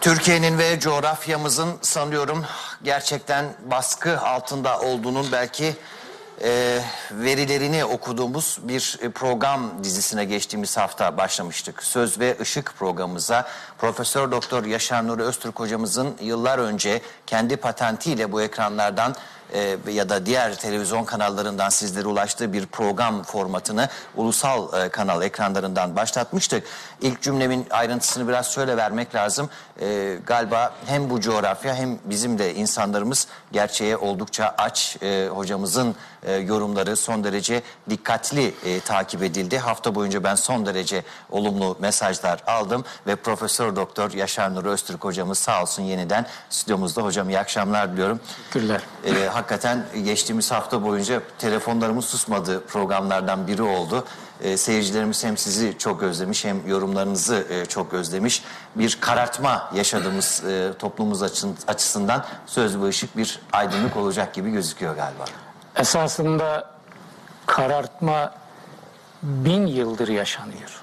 Türkiye'nin ve coğrafyamızın sanıyorum gerçekten baskı altında olduğunun belki verilerini okuduğumuz bir program dizisine geçtiğimiz hafta başlamıştık. Söz ve Işık programımıza Profesör Doktor Yaşar Nuri Öztürk hocamızın yıllar önce kendi patentiyle bu ekranlardan ya da diğer televizyon kanallarından sizlere ulaştığı bir program formatını ulusal kanal ekranlarından başlatmıştık. İlk cümlemin ayrıntısını biraz şöyle vermek lazım. Galiba hem bu coğrafya hem bizim de insanlarımız gerçeğe oldukça aç. Hocamızın yorumları son derece dikkatli takip edildi. Hafta boyunca ben son derece olumlu mesajlar aldım ve Profesör Doktor Yaşar Nuri Öztürk hocamız sağ olsun yeniden stüdyomuzda. Hocam iyi akşamlar diliyorum. Teşekkürler. Hakikaten geçtiğimiz hafta boyunca telefonlarımız susmadığı programlardan biri oldu. Seyircilerimiz hem sizi çok özlemiş hem yorumlarınızı çok özlemiş. Bir karartma yaşadığımız toplumumuz açısından Söz ve Işık bir aydınlık olacak gibi gözüküyor galiba. Esasında karartma 1000 yıldır yaşanıyor.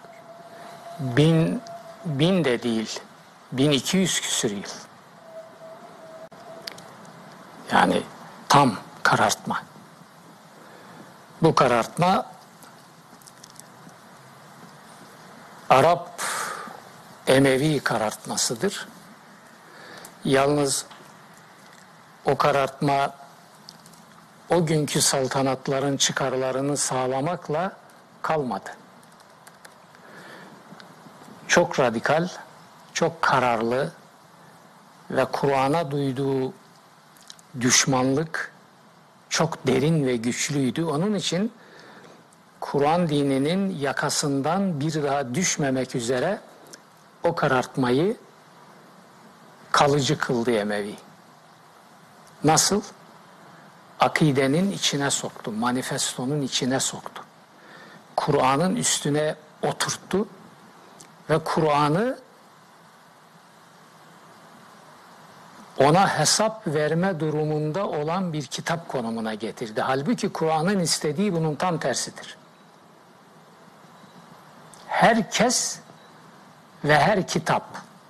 Bin de değil, 1200 küsur yıl. Yani tam karartma. Bu karartma Arap Emevi karartmasıdır. Yalnız o karartma o günkü saltanatların çıkarlarını sağlamakla kalmadı. Çok radikal, çok kararlı ve Kur'an'a duyduğu düşmanlık çok derin ve güçlüydü. Onun için Kur'an dininin yakasından bir daha düşmemek üzere o karartmayı kalıcı kıldı Emevi. Nasıl? Akidenin içine soktu, manifestonun içine soktu. Kur'an'ın üstüne oturttu ve Kur'an'ı ona hesap verme durumunda olan bir kitap konumuna getirdi. Halbuki Kur'an'ın istediği bunun tam tersidir. Herkes ve her kitap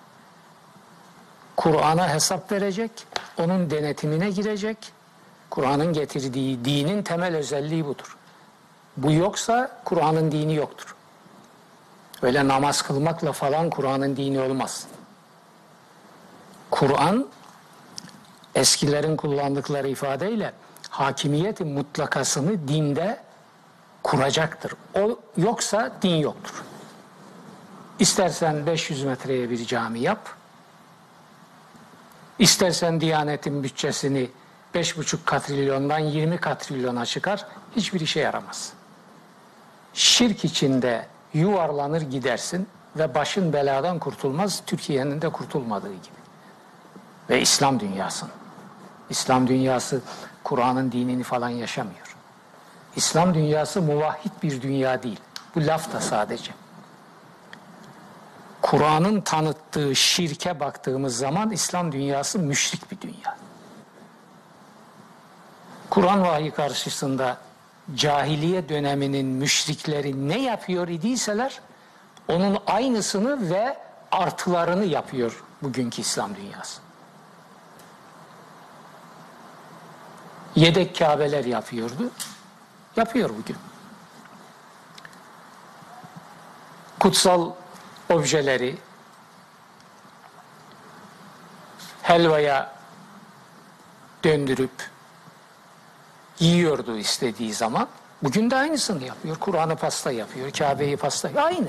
Kur'an'a hesap verecek, onun denetimine girecek. Kur'an'ın getirdiği dinin temel özelliği budur. Bu yoksa Kur'an'ın dini yoktur. Öyle namaz kılmakla falan Kur'an'ın dini olmaz. Kur'an eskilerin kullandıkları ifadeyle hakimiyeti mutlakasını dinde kuracaktır. O yoksa din yoktur. İstersen 500 metreye bir cami yap, istersen Diyanet'in bütçesini 5,5 katrilyondan 20 katrilyona çıkar, hiçbir işe yaramaz. Şirk içinde yuvarlanır gidersin ve başın beladan kurtulmaz, Türkiye'nin de kurtulmadığı gibi. Ve İslam dünyası Kur'an'ın dinini falan yaşamıyor. İslam dünyası muvahhid bir dünya değil. Bu laf da sadece. Kur'an'ın tanıttığı şirke baktığımız zaman İslam dünyası müşrik bir dünya. Kur'an vahyi karşısında cahiliye döneminin müşrikleri ne yapıyor idiyseler onun aynısını ve artılarını yapıyor bugünkü İslam dünyası. Yedek Kabe'ler yapıyordu. Yapıyor bugün. Kutsal objeleri helvaya döndürüp yiyordu istediği zaman. Bugün de aynısını yapıyor. Kur'an'ı pasta yapıyor, Kabe'yi pasta yapıyor. Aynı.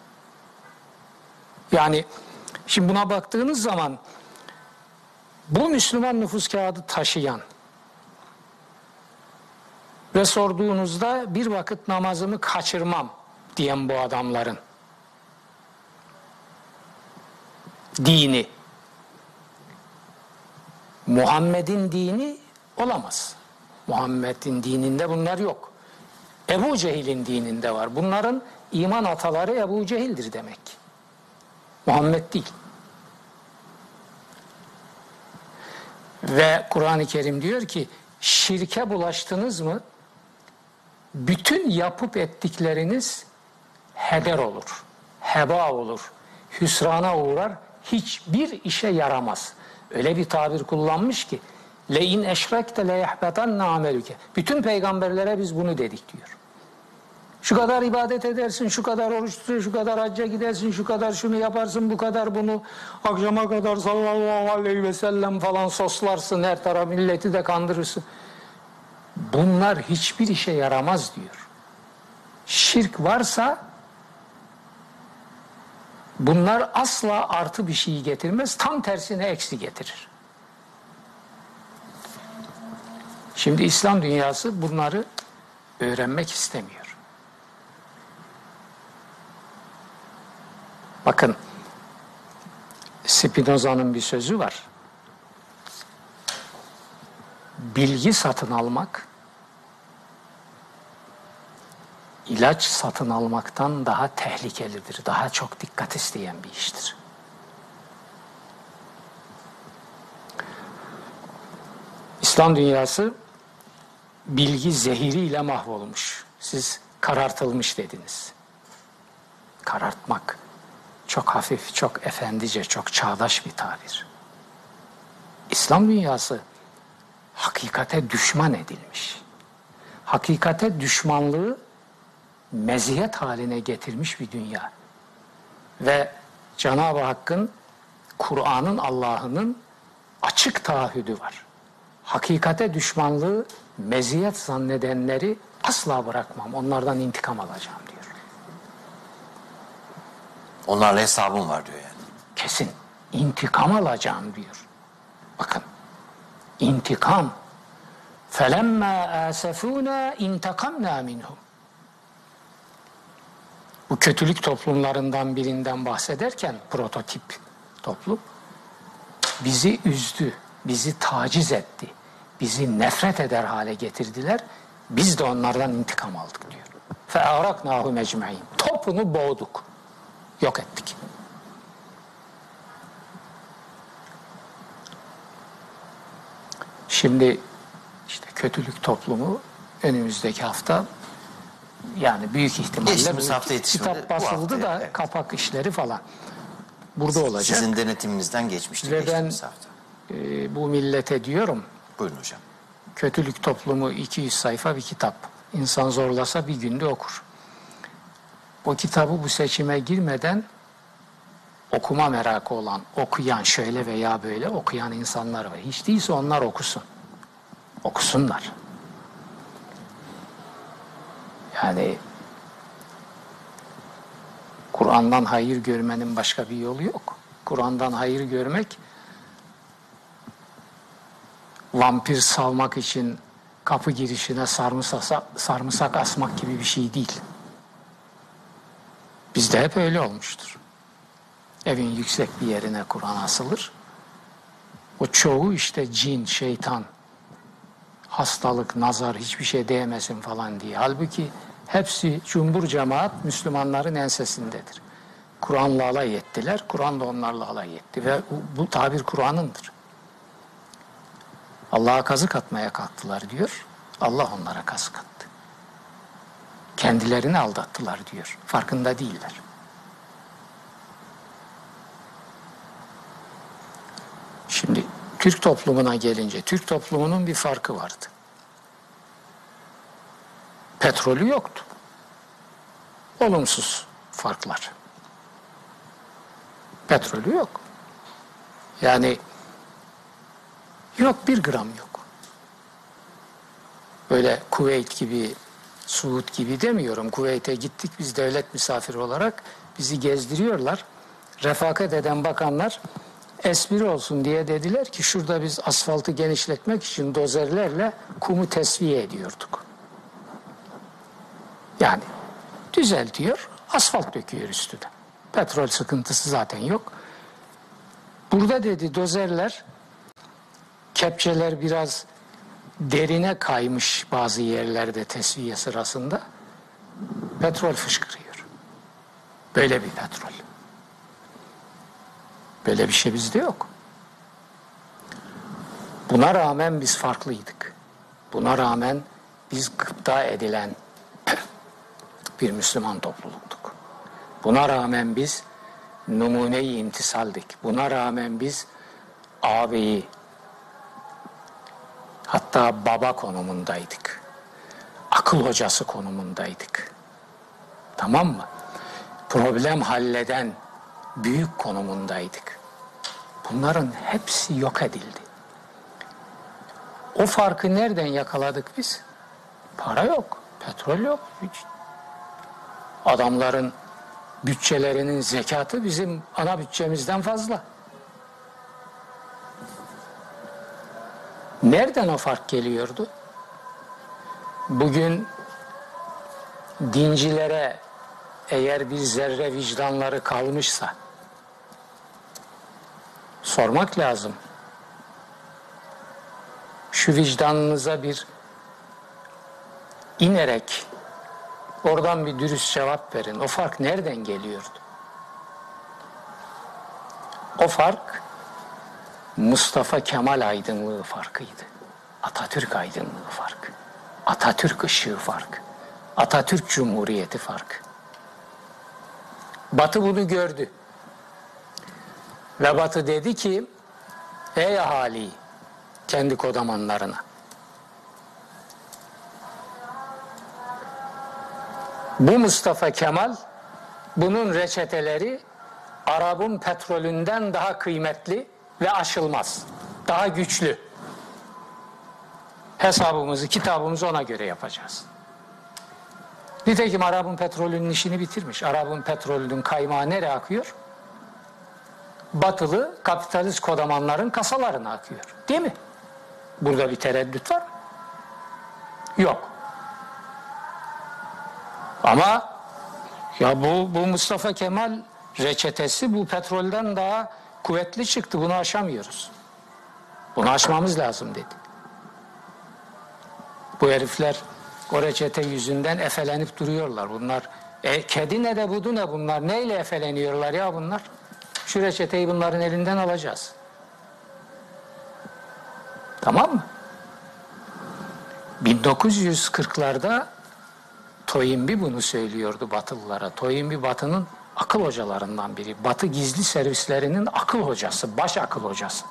Yani şimdi buna baktığınız zaman bu Müslüman nüfus kağıdı taşıyan ve sorduğunuzda bir vakit namazımı kaçırmam diyen bu adamların dini Muhammed'in dini olamaz. Muhammed'in dininde bunlar yok. Ebu Cehil'in dininde var. Bunların iman ataları Ebu Cehil'dir demek. Muhammed değil. Ve Kur'an-ı Kerim diyor ki şirke bulaştınız mı bütün yapıp ettikleriniz heder olur. Heba olur. Hüsrana uğrar, hiçbir işe yaramaz. Öyle bir tabir kullanmış ki le in eşrekte le yahbetanna ameluke. Bütün peygamberlere biz bunu dedik diyor. Şu kadar ibadet edersin, şu kadar oruç tutuyor, şu kadar hacca gidersin, şu kadar şunu yaparsın, bu kadar bunu akşama kadar sallallahu aleyhi ve sellem falan soslarsın, her taraf milleti de kandırırsın. Bunlar hiçbir işe yaramaz diyor. Şirk varsa bunlar asla artı bir şey getirmez, tam tersine eksi getirir. Şimdi İslam dünyası bunları öğrenmek istemiyor. Bakın, Spinoza'nın bir sözü var. Bilgi satın almak, ilaç satın almaktan daha tehlikelidir, daha çok dikkat isteyen bir iştir. İslam dünyası bilgi zehiriyle mahvolmuş. Siz karartılmış dediniz. Karartmak çok hafif, çok efendice, çok çağdaş bir tabir. İslam dünyası hakikate düşman edilmiş. Hakikate düşmanlığı meziyet haline getirmiş bir dünya. Ve Cenab-ı Hakk'ın, Kur'an'ın, Allah'ının açık taahhüdü var. Hakikate düşmanlığı meziyet zannedenleri asla bırakmam, onlardan intikam alacağım diyor. Onlarla hesabım var diyor yani. Kesin. İntikam alacağım diyor. Bakın. İntikam. فَلَمَّا آسَفُونَا اِنْتَقَمْنَا مِنْهُمْ. Bu kötülük toplumlarından birinden bahsederken prototip toplum bizi üzdü, bizi taciz etti, bizi nefret eder hale getirdiler. Biz de onlardan intikam aldık diyor. فَاَغْرَقْنَاهُ مَجْمَعِينَ. Topunu boğduk. Yok ettik. Şimdi işte kötülük toplumu önümüzdeki hafta, yani büyük ihtimalle bu kitap basıldı da evet. Kapak işleri falan burada olacak. Sizin denetiminizden geçmişti. Ve ben bu millete diyorum. Buyurun hocam. Kötülük toplumu 200 sayfa bir kitap. İnsan zorlasa bir günde okur. O kitabı bu seçime girmeden okuma merakı olan, okuyan, şöyle veya böyle okuyan insanlar var. Hiç değilse onlar okusun. Okusunlar. Yani Kur'an'dan hayır görmenin başka bir yolu yok. Kur'an'dan hayır görmek vampir savmak için kapı girişine sarımsak asmak gibi bir şey değil. Bizde hep öyle olmuştur. Evin yüksek bir yerine Kur'an asılır. O çoğu işte cin, şeytan, hastalık, nazar, hiçbir şey değmesin falan diye. Halbuki hepsi cümbür cemaat Müslümanların ensesindedir. Kur'an'la alay ettiler, Kur'an da onlarla alay etti ve bu tabir Kur'an'ındır. Allah'a kazık atmaya kalktılar diyor, Allah onlara kazık attı. Kendilerini aldattılar diyor, farkında değiller. Şimdi Türk toplumuna gelince, Türk toplumunun bir farkı vardı. Petrolü yoktu. Olumsuz farklar. Petrolü yok. Yani yok, 1 gram yok. Böyle Kuveyt gibi, Suud gibi demiyorum. Kuveyt'e gittik biz devlet misafiri olarak. Bizi gezdiriyorlar. Refakat eden bakanlar espri olsun diye dediler ki şurada biz asfaltı genişletmek için dozerlerle kumu tesviye ediyorduk. Yani düzeltiyor, asfalt döküyor üstüne. Petrol sıkıntısı zaten yok. Burada dedi dozerler, kepçeler biraz derine kaymış bazı yerlerde tesviye sırasında. Petrol fışkırıyor. Böyle bir petrol. Böyle bir şey bizde yok. Buna rağmen biz farklıydık. Buna rağmen biz gıpta edilen bir Müslüman topluluktuk. Buna rağmen biz numune-i imtisaldik. Buna rağmen biz ağabeyi, hatta baba konumundaydık. Akıl hocası konumundaydık. Tamam mı? Problem halleden büyük konumundaydık. Bunların hepsi yok edildi. O farkı nereden yakaladık biz? Para yok, petrol yok. Adamların bütçelerinin zekatı bizim ana bütçemizden fazla. Nereden o fark geliyordu? Bugün dincilere eğer bir zerre vicdanları kalmışsa sormak lazım. Şu vicdanınıza bir inerek oradan bir dürüst cevap verin. O fark nereden geliyordu? O fark Mustafa Kemal aydınlığı farkıydı. Atatürk aydınlığı farkı. Atatürk ışığı farkı. Atatürk Cumhuriyeti farkı. Batı bunu gördü. Ve Batı dedi ki, ey ahali, kendi kodamanlarına, bu Mustafa Kemal, bunun reçeteleri Arap'ın petrolünden daha kıymetli ve aşılmaz. Daha güçlü. Hesabımızı, kitabımızı ona göre yapacağız. Nitekim Arap'ın petrolünün işini bitirmiş. Arap'ın petrolünün kaymağı nereye akıyor? Batılı kapitalist kodamanların kasalarına akıyor. Değil mi? Burada bir tereddüt var mı? Yok. Ama ya bu Mustafa Kemal reçetesi bu petrolden daha kuvvetli çıktı. Bunu aşamıyoruz. Bunu aşmamız lazım dedi. Bu herifler o reçete yüzünden efelenip duruyorlar. Bunlar kedi ne de budu ne bunlar. Neyle efeleniyorlar ya bunlar? Şu reçeteyi bunların elinden alacağız. Tamam mı? 1940'larda Toynbee bunu söylüyordu Batılılara. Toynbee Batı'nın akıl hocalarından biri. Batı gizli servislerinin akıl hocası, baş akıl hocası.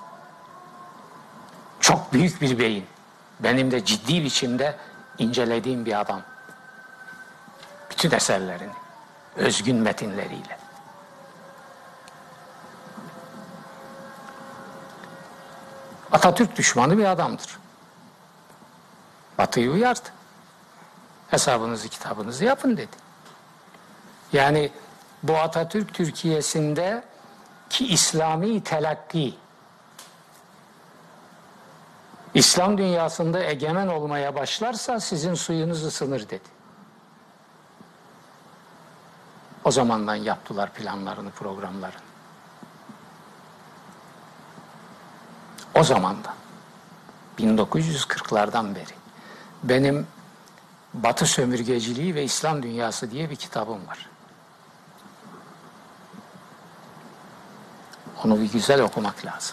Çok büyük bir beyin. Benim de ciddi biçimde incelediğim bir adam. Bütün eserlerini, özgün metinleriyle. Atatürk düşmanı bir adamdır. Batı'yı uyardı. Hesabınızı, kitabınızı yapın dedi. Yani bu Atatürk Türkiye'sinde ki İslami telakki, İslam dünyasında egemen olmaya başlarsa sizin suyunuz ısınır dedi. O zamandan yaptılar planlarını, programlarını. O zamandan. 1940'lardan beri. Benim Batı Sömürgeciliği ve İslam Dünyası diye bir kitabım var. Onu bir güzel okumak lazım.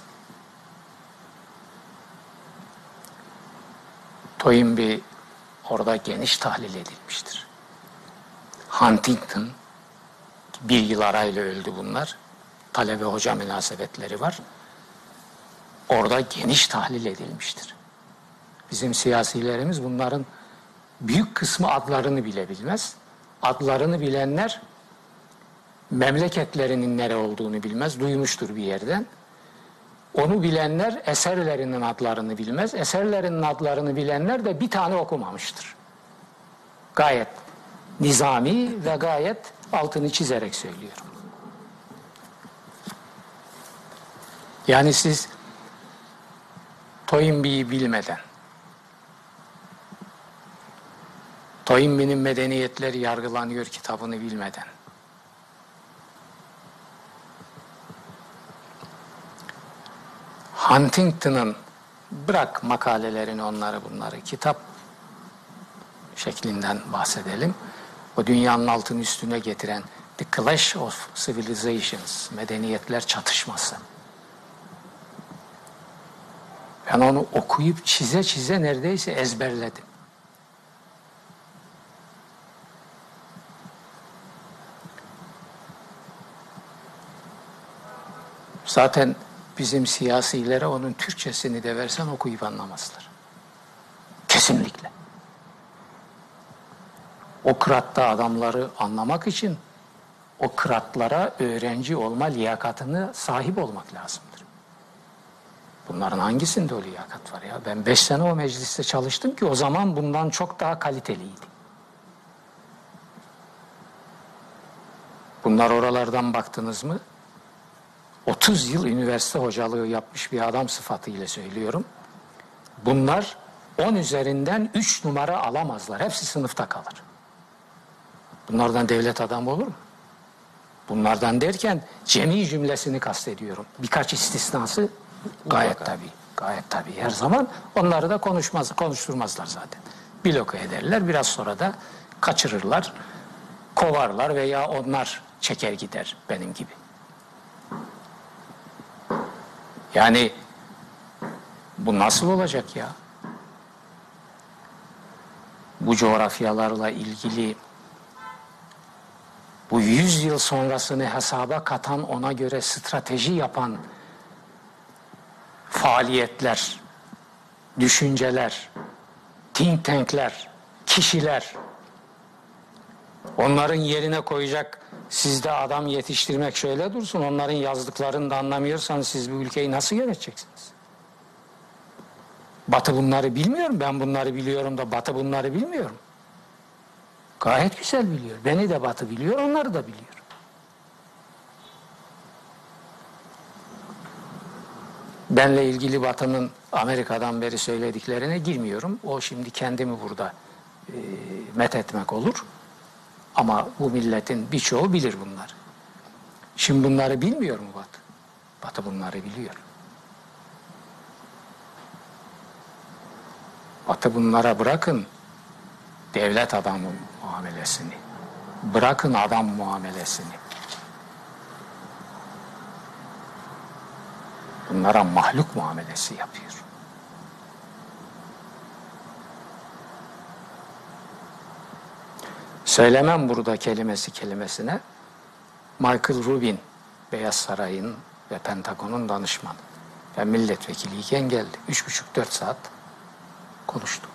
Toynbee orada geniş tahlil edilmiştir. Huntington, bir yıl arayla öldü bunlar. Talebe hoca münasebetleri var. Orada geniş tahlil edilmiştir. Bizim siyasilerimiz bunların büyük kısmı adlarını bile bilmez. Adlarını bilenler memleketlerinin nere olduğunu bilmez. Duymuştur bir yerden. Onu bilenler eserlerinin adlarını bilmez. Eserlerinin adlarını bilenler de bir tane okumamıştır. Gayet nizami ve gayet altını çizerek söylüyorum. Yani siz Toynbee'yi bilmeden, Toynbee'nin Medeniyetleri Yargılanıyor kitabını bilmeden, Huntington'ın, bırak makalelerini, onları bunları, kitap şeklinden bahsedelim. O dünyanın altını üstüne getiren The Clash of Civilizations, medeniyetler çatışması. Ben onu okuyup çize çize neredeyse ezberledim. Zaten bizim siyasilere onun Türkçesini de versen okuyup anlamazlar. Kesinlikle. O kıratta adamları anlamak için o kıratlara öğrenci olma liyakatına sahip olmak lazımdır. Bunların hangisinde o liyakat var ya? Ben 5 sene o mecliste çalıştım ki o zaman bundan çok daha kaliteliydi. Bunlar oralardan baktınız mı? 30 yıl üniversite hocalığı yapmış bir adam sıfatıyla söylüyorum. Bunlar 10 üzerinden 3 numara alamazlar. Hepsi sınıfta kalır. Bunlardan devlet adamı olur mu? Bunlardan derken cemi cümlesini kastediyorum. Birkaç istisnası gayet tabii. Gayet tabii. Her zaman onları da konuşturmazlar zaten. Bloke ederler. Biraz sonra da kaçırırlar, kovarlar veya onlar çeker gider benim gibi. Yani bu nasıl olacak ya? Bu coğrafyalarla ilgili bu 100 yıl sonrasını hesaba katan, ona göre strateji yapan faaliyetler, düşünceler, think tankler, kişiler, onların yerine koyacak, sizde adam yetiştirmek şöyle dursun, onların yazdıklarını da anlamıyorsanız siz bu ülkeyi nasıl yöneteceksiniz? Batı bunları bilmiyor mu? Ben bunları biliyorum da Batı bunları bilmiyor mu? Gayet güzel biliyor. Beni de Batı biliyor, onları da biliyor. Benle ilgili Batı'nın Amerika'dan beri söylediklerine girmiyorum. O şimdi kendimi burada methetmek olur. Ama bu milletin birçoğu bilir bunları. Şimdi bunları bilmiyor mu Batı? Batı bunları biliyor. Batı bunlara bırakın devlet adamı muamelesini. Bırakın adam muamelesini. Bunlara mahluk muamelesi yapıyor. Söylemem burada kelimesine. Michael Rubin, Beyaz Saray'ın ve Pentagon'un danışmanı. Ben milletvekiliyken geldi. 3,5-4 saat konuştuk.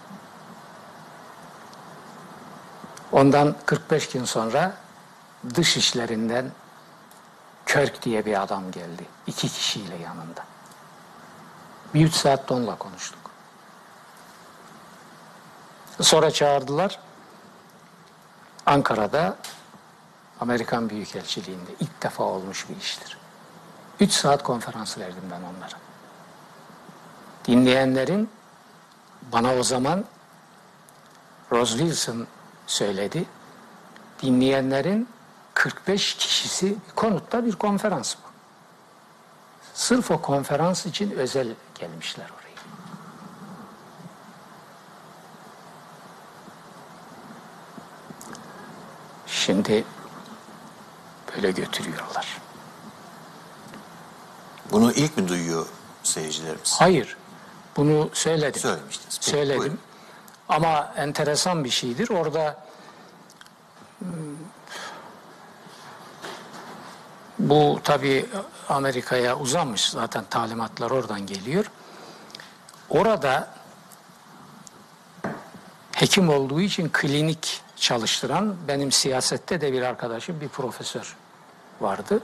Ondan 45 gün sonra dış işlerinden Kirk diye bir adam geldi. 2 kişiyle yanında. Bir 3 saat onunla konuştuk. Sonra çağırdılar. Ankara'da Amerikan Büyükelçiliğinde ilk defa olmuş bir iştir. 3 saat konferans verdim ben onlara. Dinleyenlerin bana o zaman Rose Wilson söyledi. Dinleyenlerin 45 kişisi konutta bir konferans bu. Sırf o konferans için özel gelmişler oraya. Şimdi böyle götürüyorlar. Bunu ilk mi duyuyor seyircilerimiz? Hayır. Bunu söyledim. Söylemiştiniz. Peki, Söyledim. buyurun. Ama enteresan bir şeydir. Orada bu tabii Amerika'ya uzanmış. Zaten talimatlar oradan geliyor. Orada hekim olduğu için klinik çalıştıran benim siyasette de bir arkadaşım, bir profesör vardı.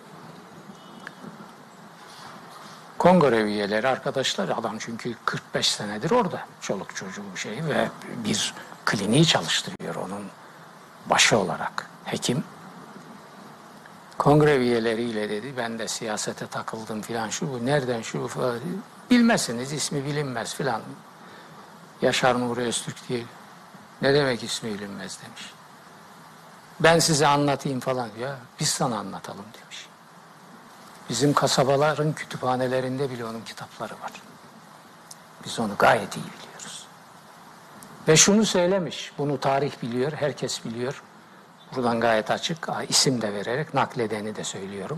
Kongre üyeleri, arkadaşlar, adam çünkü 45 senedir orada. Çoluk çocuğu şey ve bir kliniği çalıştırıyor onun başı olarak hekim. Kongre üyeleriyle dedi, ben de siyasete takıldım filan, şu bu, nereden şu falan. Bilmezsiniz, ismi bilinmez filan. Yaşar Nuri Öztürk diye. Ne demek ismi bilinmez demiş. Ben size anlatayım falan. Ya biz sana anlatalım demiş. Bizim kasabaların kütüphanelerinde bile onun kitapları var. Biz onu gayet iyi biliyoruz. Ve şunu söylemiş, bunu tarih biliyor, herkes biliyor. Buradan gayet açık, isim de vererek nakledeni de söylüyorum.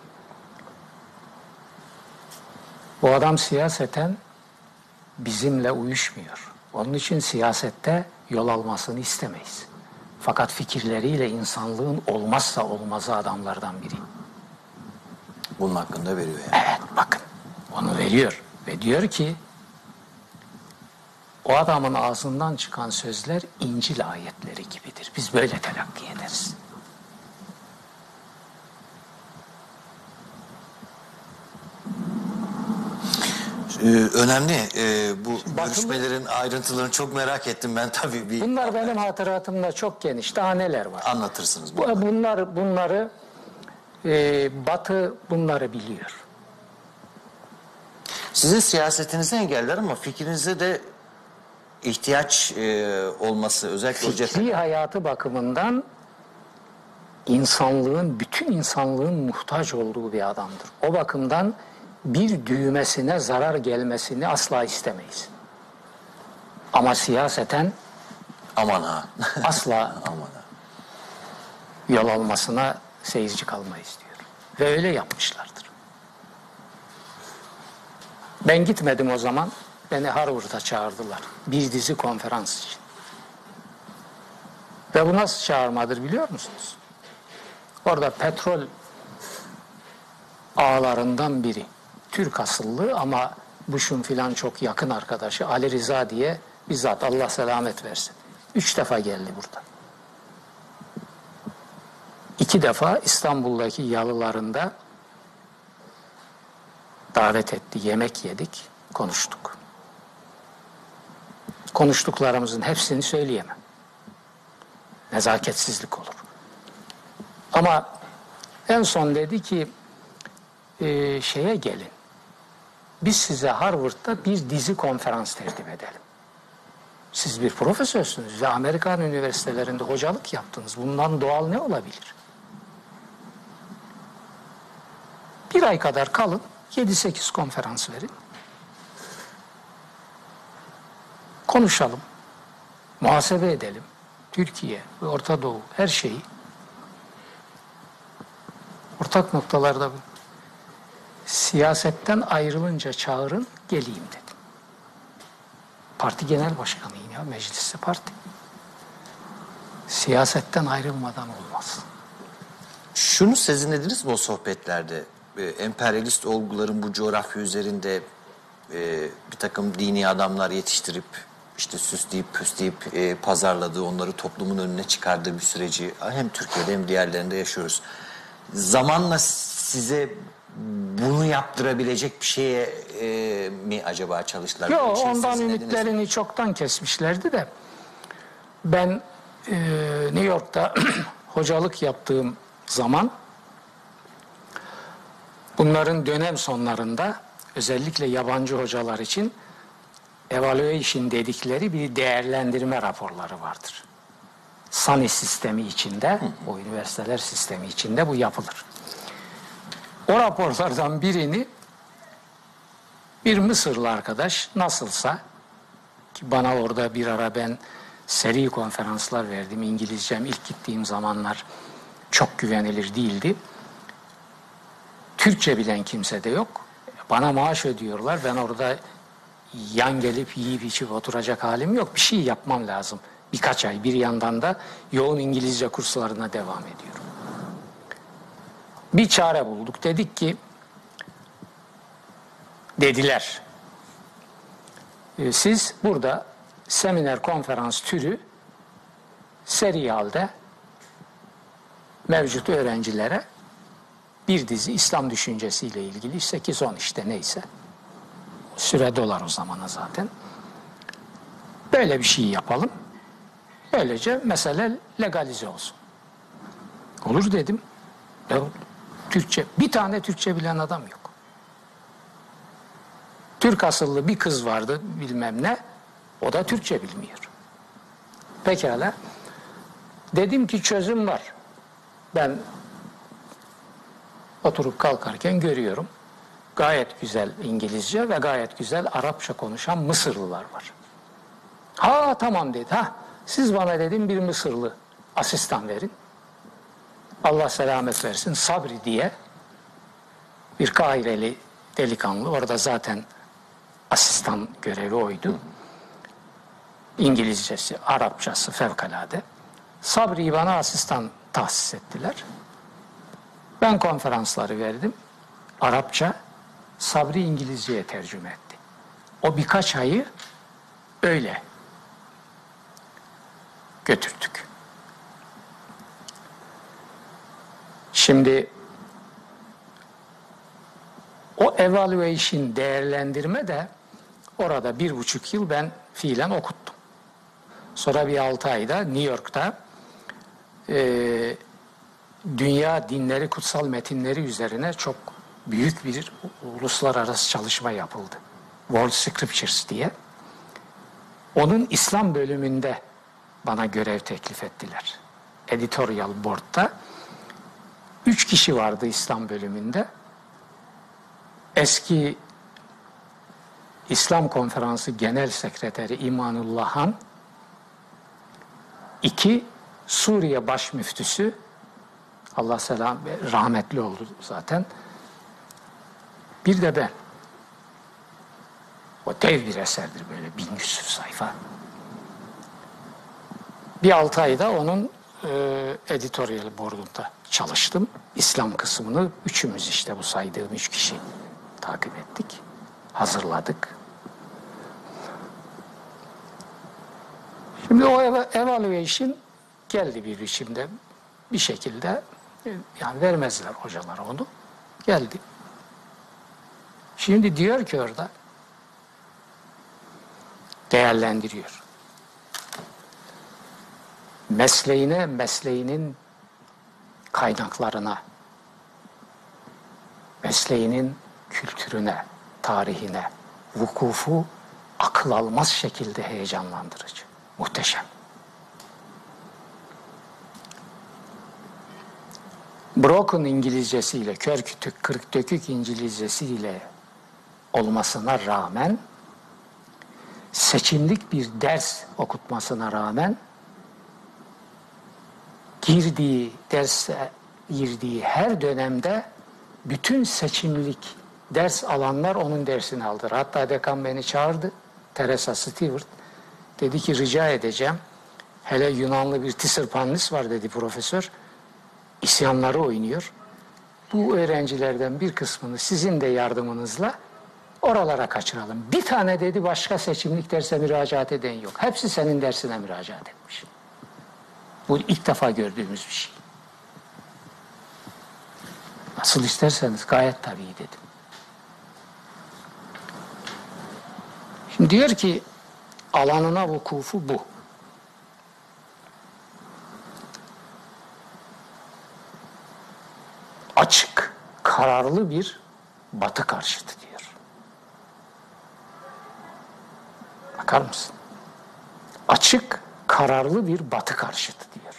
Bu adam siyaseten bizimle uyuşmuyor. Onun için siyasette yol almasını istemeyiz. Fakat fikirleriyle insanlığın olmazsa olmazı adamlardan biri. Bunun hakkında veriyor yani. Evet, bakın onu veriyor ve diyor ki o adamın ağzından çıkan sözler İncil ayetleri gibidir. Biz böyle telakki ederiz. Önemli. Bu görüşmelerin ayrıntılarını çok merak ettim ben tabii. Bunlar benim hatıratımda çok geniş. Daha neler var? Anlatırsınız. Bunları Batı bunları biliyor. Sizin siyasetinizi engeller ama fikrinize de ihtiyaç olması özellikle Fikri hayatı bakımından bütün insanlığın muhtaç olduğu bir adamdır. O bakımdan bir düğmesine zarar gelmesini asla istemeyiz. Ama siyaseten aman ha. asla Aman ha. yol almasına seyirci kalmayız diyor. Ve öyle yapmışlardır. Ben gitmedim o zaman. Beni Harvard'a çağırdılar. Bir dizi konferans için. Ve bu nasıl çağırmadır biliyor musunuz? Orada petrol ağalarından biri. Türk asıllı ama Bush'un filan çok yakın arkadaşı Ali Rıza diye bizzat Allah selamet versin. 3 defa geldi burada. 2 defa İstanbul'daki yalılarında davet etti, yemek yedik, konuştuk. Konuştuklarımızın hepsini söyleyemem. Nezaketsizlik olur. Ama en son dedi ki şeye gelin. Biz size Harvard'da bir dizi konferans tertip edelim. Siz bir profesörsünüz ve Amerikan üniversitelerinde hocalık yaptınız. Bundan doğal ne olabilir? Bir ay kadar kalın, 7-8 konferans verin. Konuşalım, muhasebe edelim. Türkiye ve Orta Doğu her şeyi. Ortak noktalarda siyasetten ayrılınca çağırın, geleyim dedim. Parti genel başkanıyım ya, mecliste parti. Siyasetten ayrılmadan olmaz. Şunu sezinlediniz mi o sohbetlerde? Emperyalist olguların bu coğrafya üzerinde bir takım dini adamlar yetiştirip işte süsleyip püsleyip pazarladığı, onları toplumun önüne çıkardığı bir süreci hem Türkiye'de hem diğerlerinde yaşıyoruz. Zamanla size bunu yaptırabilecek bir şeye mi acaba çalıştılar? Yok, ondan ümitlerini çoktan kesmişlerdi de ben New York'ta hocalık yaptığım zaman bunların dönem sonlarında özellikle yabancı hocalar için evaluation dedikleri bir değerlendirme raporları vardır. SANI sistemi içinde, o üniversiteler sistemi içinde bu yapılır. O raporlardan birini bir Mısırlı arkadaş nasılsa, ki bana orada bir ara ben seri konferanslar verdim. İngilizcem ilk gittiğim zamanlar çok güvenilir değildi. Türkçe bilen kimse de yok. Bana maaş ödüyorlar. Ben orada yan gelip yiyip içip oturacak halim yok. Bir şey yapmam lazım. Birkaç ay bir yandan da yoğun İngilizce kurslarına devam ediyorum. Bir çare bulduk. Dedik ki, dediler, siz burada seminer konferans türü seri halde mevcut öğrencilere bir dizi İslam düşüncesiyle ilgili 8-10 işte neyse, süre dolar o zamana zaten, böyle bir şey yapalım. Böylece mesele legalize olsun. Olur dedim. Türkçe, bir tane Türkçe bilen adam yok. Türk asıllı bir kız vardı bilmem ne, o da Türkçe bilmiyor. Pekala. Dedim ki çözüm var. Ben oturup kalkarken görüyorum. Gayet güzel İngilizce ve gayet güzel Arapça konuşan Mısırlılar var. Ha tamam dedi. Siz bana dedim bir Mısırlı asistan verin. Allah selamet versin, Sabri diye bir Kahireli delikanlı, orada zaten asistan görevi oydu. İngilizcesi, Arapçası fevkalade. Sabri'yi bana asistan tahsis ettiler. Ben konferansları verdim. Arapça, Sabri İngilizceye tercüme etti. O birkaç ayı öyle götürdük. Şimdi o evaluation, değerlendirme de orada 1,5 yıl ben fiilen okuttum. Sonra bir 6 ayda New York'ta dünya dinleri, kutsal metinleri üzerine çok büyük bir uluslararası çalışma yapıldı. World Scriptures diye. Onun İslam bölümünde bana görev teklif ettiler. Editorial Board'da 3 kişi vardı İslam bölümünde. Eski İslam Konferansı Genel Sekreteri İmanullah Han, 2 Suriye Baş Müftüsü, Allah selam, rahmetli oldu zaten, bir de ben. O dev bir eserdir, böyle 1100 sayfa. Bir 6 ayda onun editorial board'unda çalıştım. İslam kısmını üçümüz, işte bu saydığım 3 kişi takip ettik, hazırladık. Şimdi o evaluation geldi bir biçimde, bir şekilde, yani vermezler hocalar onu, geldi. Şimdi diyor ki orada, değerlendiriyor. Mesleğine, mesleğinin kaynaklarına, mesleğinin kültürüne, tarihine, vukufu akıl almaz şekilde heyecanlandırıcı. Muhteşem. Broken İngilizcesiyle, kör kütük, kırık dökük İngilizcesiyle olmasına rağmen, seçimlik bir ders okutmasına rağmen, derse girdiği her dönemde bütün seçimlik ders alanlar onun dersini aldı. Hatta dekan beni çağırdı, Teresa Stewart. Dedi ki rica edeceğim, hele Yunanlı bir Tisserpanlis var dedi profesör, isyanları oynuyor. Bu öğrencilerden bir kısmını sizin de yardımınızla oralara kaçıralım. Bir tane dedi başka seçimlik derse müracaat eden yok. Hepsi senin dersine müracaat etmiş. Bu ilk defa gördüğümüz bir şey. Nasıl isterseniz, gayet tabii dedim. Şimdi diyor ki alanına vukufu bu. Açık, kararlı bir Batı karşıtı diyor. Bakar mısın? Açık, kararlı bir Batı karşıtı diyor.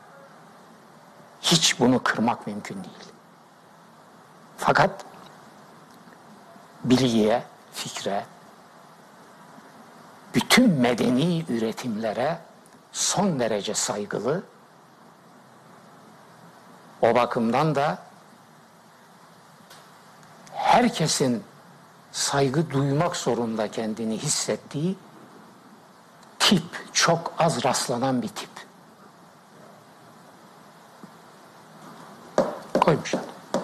Hiç bunu kırmak mümkün değil. Fakat bilgiye, fikre, bütün medeni üretimlere son derece saygılı, o bakımdan da herkesin saygı duymak zorunda kendini hissettiği tip, çok az rastlanan bir tip. Koymuşlar.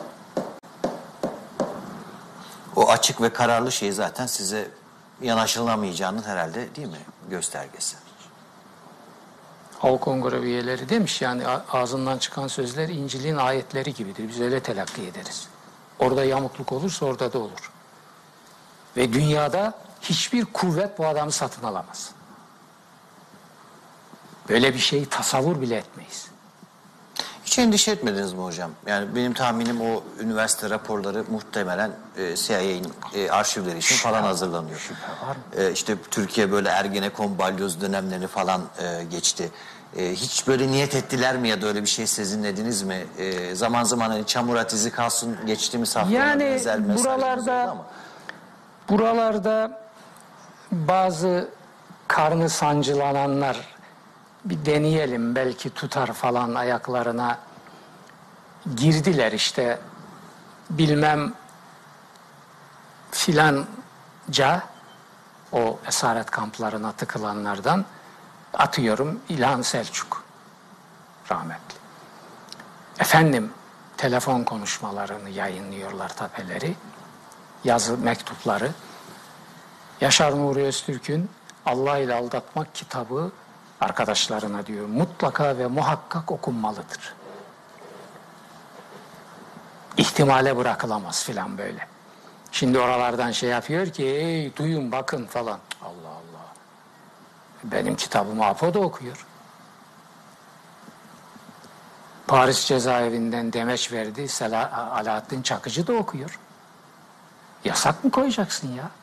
O açık ve kararlı şey zaten size yanaşılamayacağının herhalde değil mi göstergesi? O kongre üyeleri demiş yani ağzından çıkan sözler İncil'in ayetleri gibidir. Biz öyle telakki ederiz. Orada yamukluk olursa orada da olur. Ve dünyada hiçbir kuvvet bu adamı satın alamaz. Böyle bir şeyi tasavvur bile etmeyiz. Hiç endişe etmediniz mi hocam? Yani benim tahminim o üniversite raporları muhtemelen CIA'nin arşivleri için falan hazırlanıyor. Şüphe var mı? İşte Türkiye böyle Ergenekon, balyoz dönemlerini falan geçti. Hiç böyle niyet ettiler mi ya da öyle bir şey sezinlediniz mi? Zaman zaman hani çamurat izi kalsın geçtiğimiz hafta. Yani buralarda bazı karnı sancılananlar bir deneyelim belki tutar falan ayaklarına girdiler işte bilmem filanca o esaret kamplarına tıkılanlardan atıyorum İlhan Selçuk rahmetli. Efendim telefon konuşmalarını yayınlıyorlar tapeleri, yazı mektupları. Yaşar Nuri Öztürk'ün Allah ile Aldatmak kitabı arkadaşlarına diyor mutlaka ve muhakkak okunmalıdır. İhtimale bırakılamaz filan böyle. Şimdi oralardan şey yapıyor ki ey duyun bakın falan. Allah Allah. Benim kitabımı Apo da okuyor. Paris cezaevinden demeç verdi. Alaaddin Çakıcı da okuyor. Yasak mı koyacaksın ya?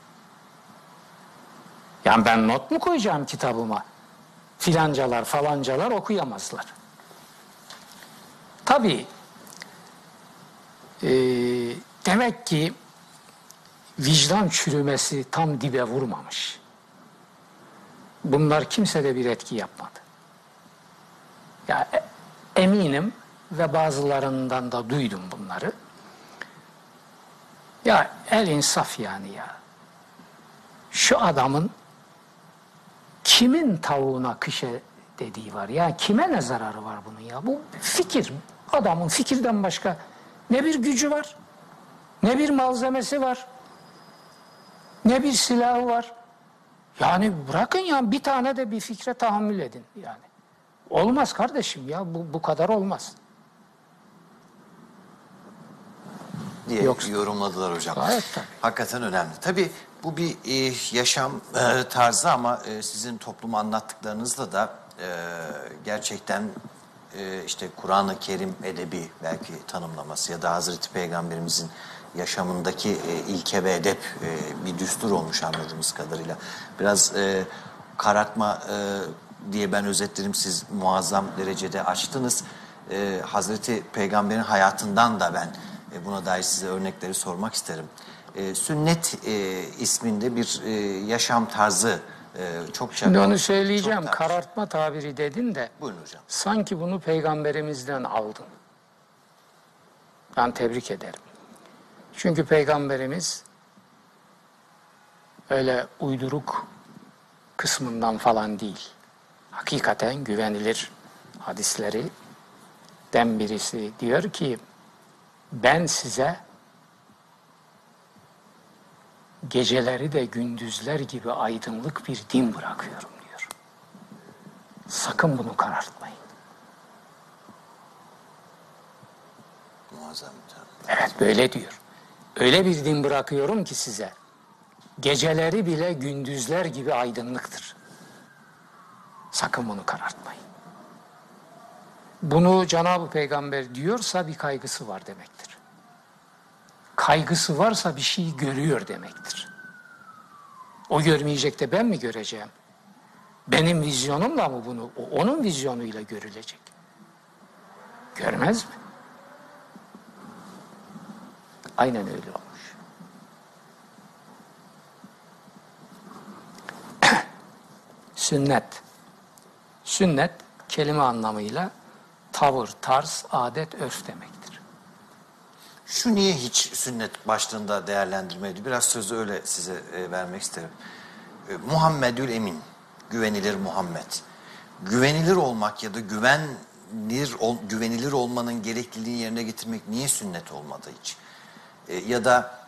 Yani ben not mu koyacağım kitabıma? Filancalar falancalar okuyamazlar. Tabii demek ki vicdan çürümesi tam dibe vurmamış. Bunlar kimsede bir etki yapmadı. Ya eminim ve bazılarından da duydum bunları. Ya el insaf yani ya. Şu adamın kimin tavuğuna kışe dediği var ya, kime ne zararı var bunun ya? Bu fikir, adamın fikirden başka ne bir gücü var, ne bir malzemesi var, ne bir silahı var. Yani bırakın ya, bir tane de bir fikre tahammül edin yani. Olmaz kardeşim ya, bu kadar olmaz. Diye yorumladılar hocam. Gayet tabii. Hakikaten önemli. Tabii bu bir yaşam tarzı ama sizin toplumu anlattıklarınızla da gerçekten işte Kur'an-ı Kerim edebi belki tanımlaması ya da Hazreti Peygamberimizin yaşamındaki ilke ve edep bir düstur olmuş anladığımız kadarıyla. Biraz karartma diye ben özetlerim, siz muazzam derecede açtınız. Hazreti Peygamber'in hayatından da ben buna dair size örnekleri sormak isterim. Sünnet isminde bir yaşam tarzı çokça... Şimdi onu söyleyeceğim. Karartma tabiri dedin de. Buyurun hocam. Sanki bunu peygamberimizden aldın. Ben tebrik ederim. Çünkü peygamberimiz öyle uyduruk kısmından falan değil. Hakikaten güvenilir hadislerden birisi diyor ki ben size geceleri de gündüzler gibi aydınlık bir din bırakıyorum diyor. Sakın bunu karartmayın. Muazzam. Evet böyle diyor. Öyle bir din bırakıyorum ki size. Geceleri bile gündüzler gibi aydınlıktır. Sakın bunu karartmayın. Bunu Cenab-ı Peygamber diyorsa bir kaygısı var demektir. Kaygısı varsa bir şey görüyor demektir. O görmeyecek de ben mi göreceğim? Benim vizyonumla mı bunu? Onun vizyonuyla görülecek. Görmez mi? Aynen öyle olmuş. Sünnet. Sünnet kelime anlamıyla tavır, tarz, adet, örf demektir. Şu niye hiç sünnet başlığında değerlendirmedi? Biraz sözü öyle size vermek isterim. Muhammedül Emin, güvenilir Muhammed. Güvenilir olmak ya da güvenilir olmanın gerekliliğini yerine getirmek niye sünnet olmadı hiç? Ya da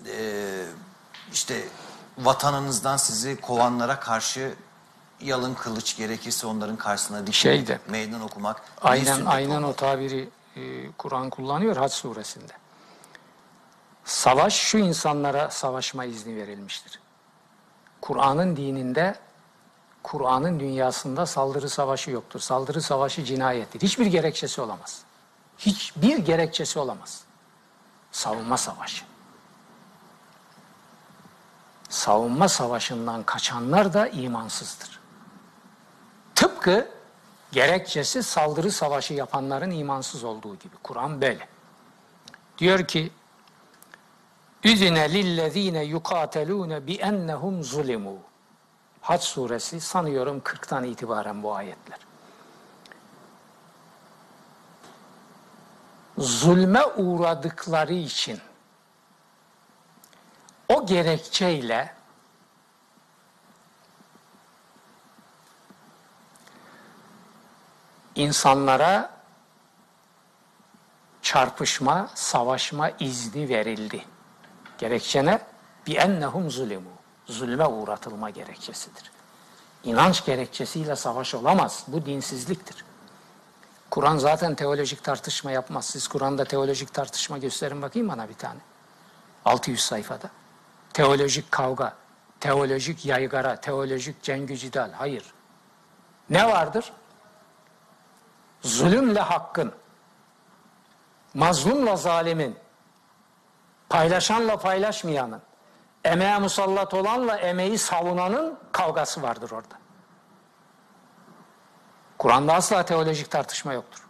işte vatanınızdan sizi kovanlara karşı yalın kılıç, gerekirse onların karşısına dikilip meydan okumak. Aynen o tabiri Kur'an kullanıyor Hac suresinde. Savaş, şu insanlara savaşma izni verilmiştir. Kur'an'ın dininde, Kur'an'ın dünyasında saldırı savaşı yoktur. Saldırı savaşı cinayettir. Hiçbir gerekçesi olamaz. Hiçbir gerekçesi olamaz. Savunma savaşı. Savunma savaşından kaçanlar da imansızdır. Tıpkı gerekçesi saldırı savaşı yapanların imansız olduğu gibi. Kur'an böyle. Diyor ki Üzine lillezine yukatelune bi ennehum zulimu. Hac suresi sanıyorum 40'tan itibaren bu ayetler. Zulme uğradıkları için o gerekçeyle insanlara çarpışma, savaşma izni verildi. Gerekçe ne? بِاَنَّهُمْ ظُلِمُوا Zulme uğratılma gerekçesidir. İnanç gerekçesiyle savaş olamaz. Bu dinsizliktir. Kur'an zaten teolojik tartışma yapmaz. Siz Kur'an'da teolojik tartışma gösterin bakayım bana bir tane. 600 sayfada. Teolojik kavga, teolojik yaygara, teolojik cengücidal. Hayır. Ne vardır? Zulümle hakkın, mazlumla zalimin, paylaşanla paylaşmayanın, emeğe musallat olanla emeği savunanın kavgası vardır orada. Kur'an'da asla teolojik tartışma yoktur.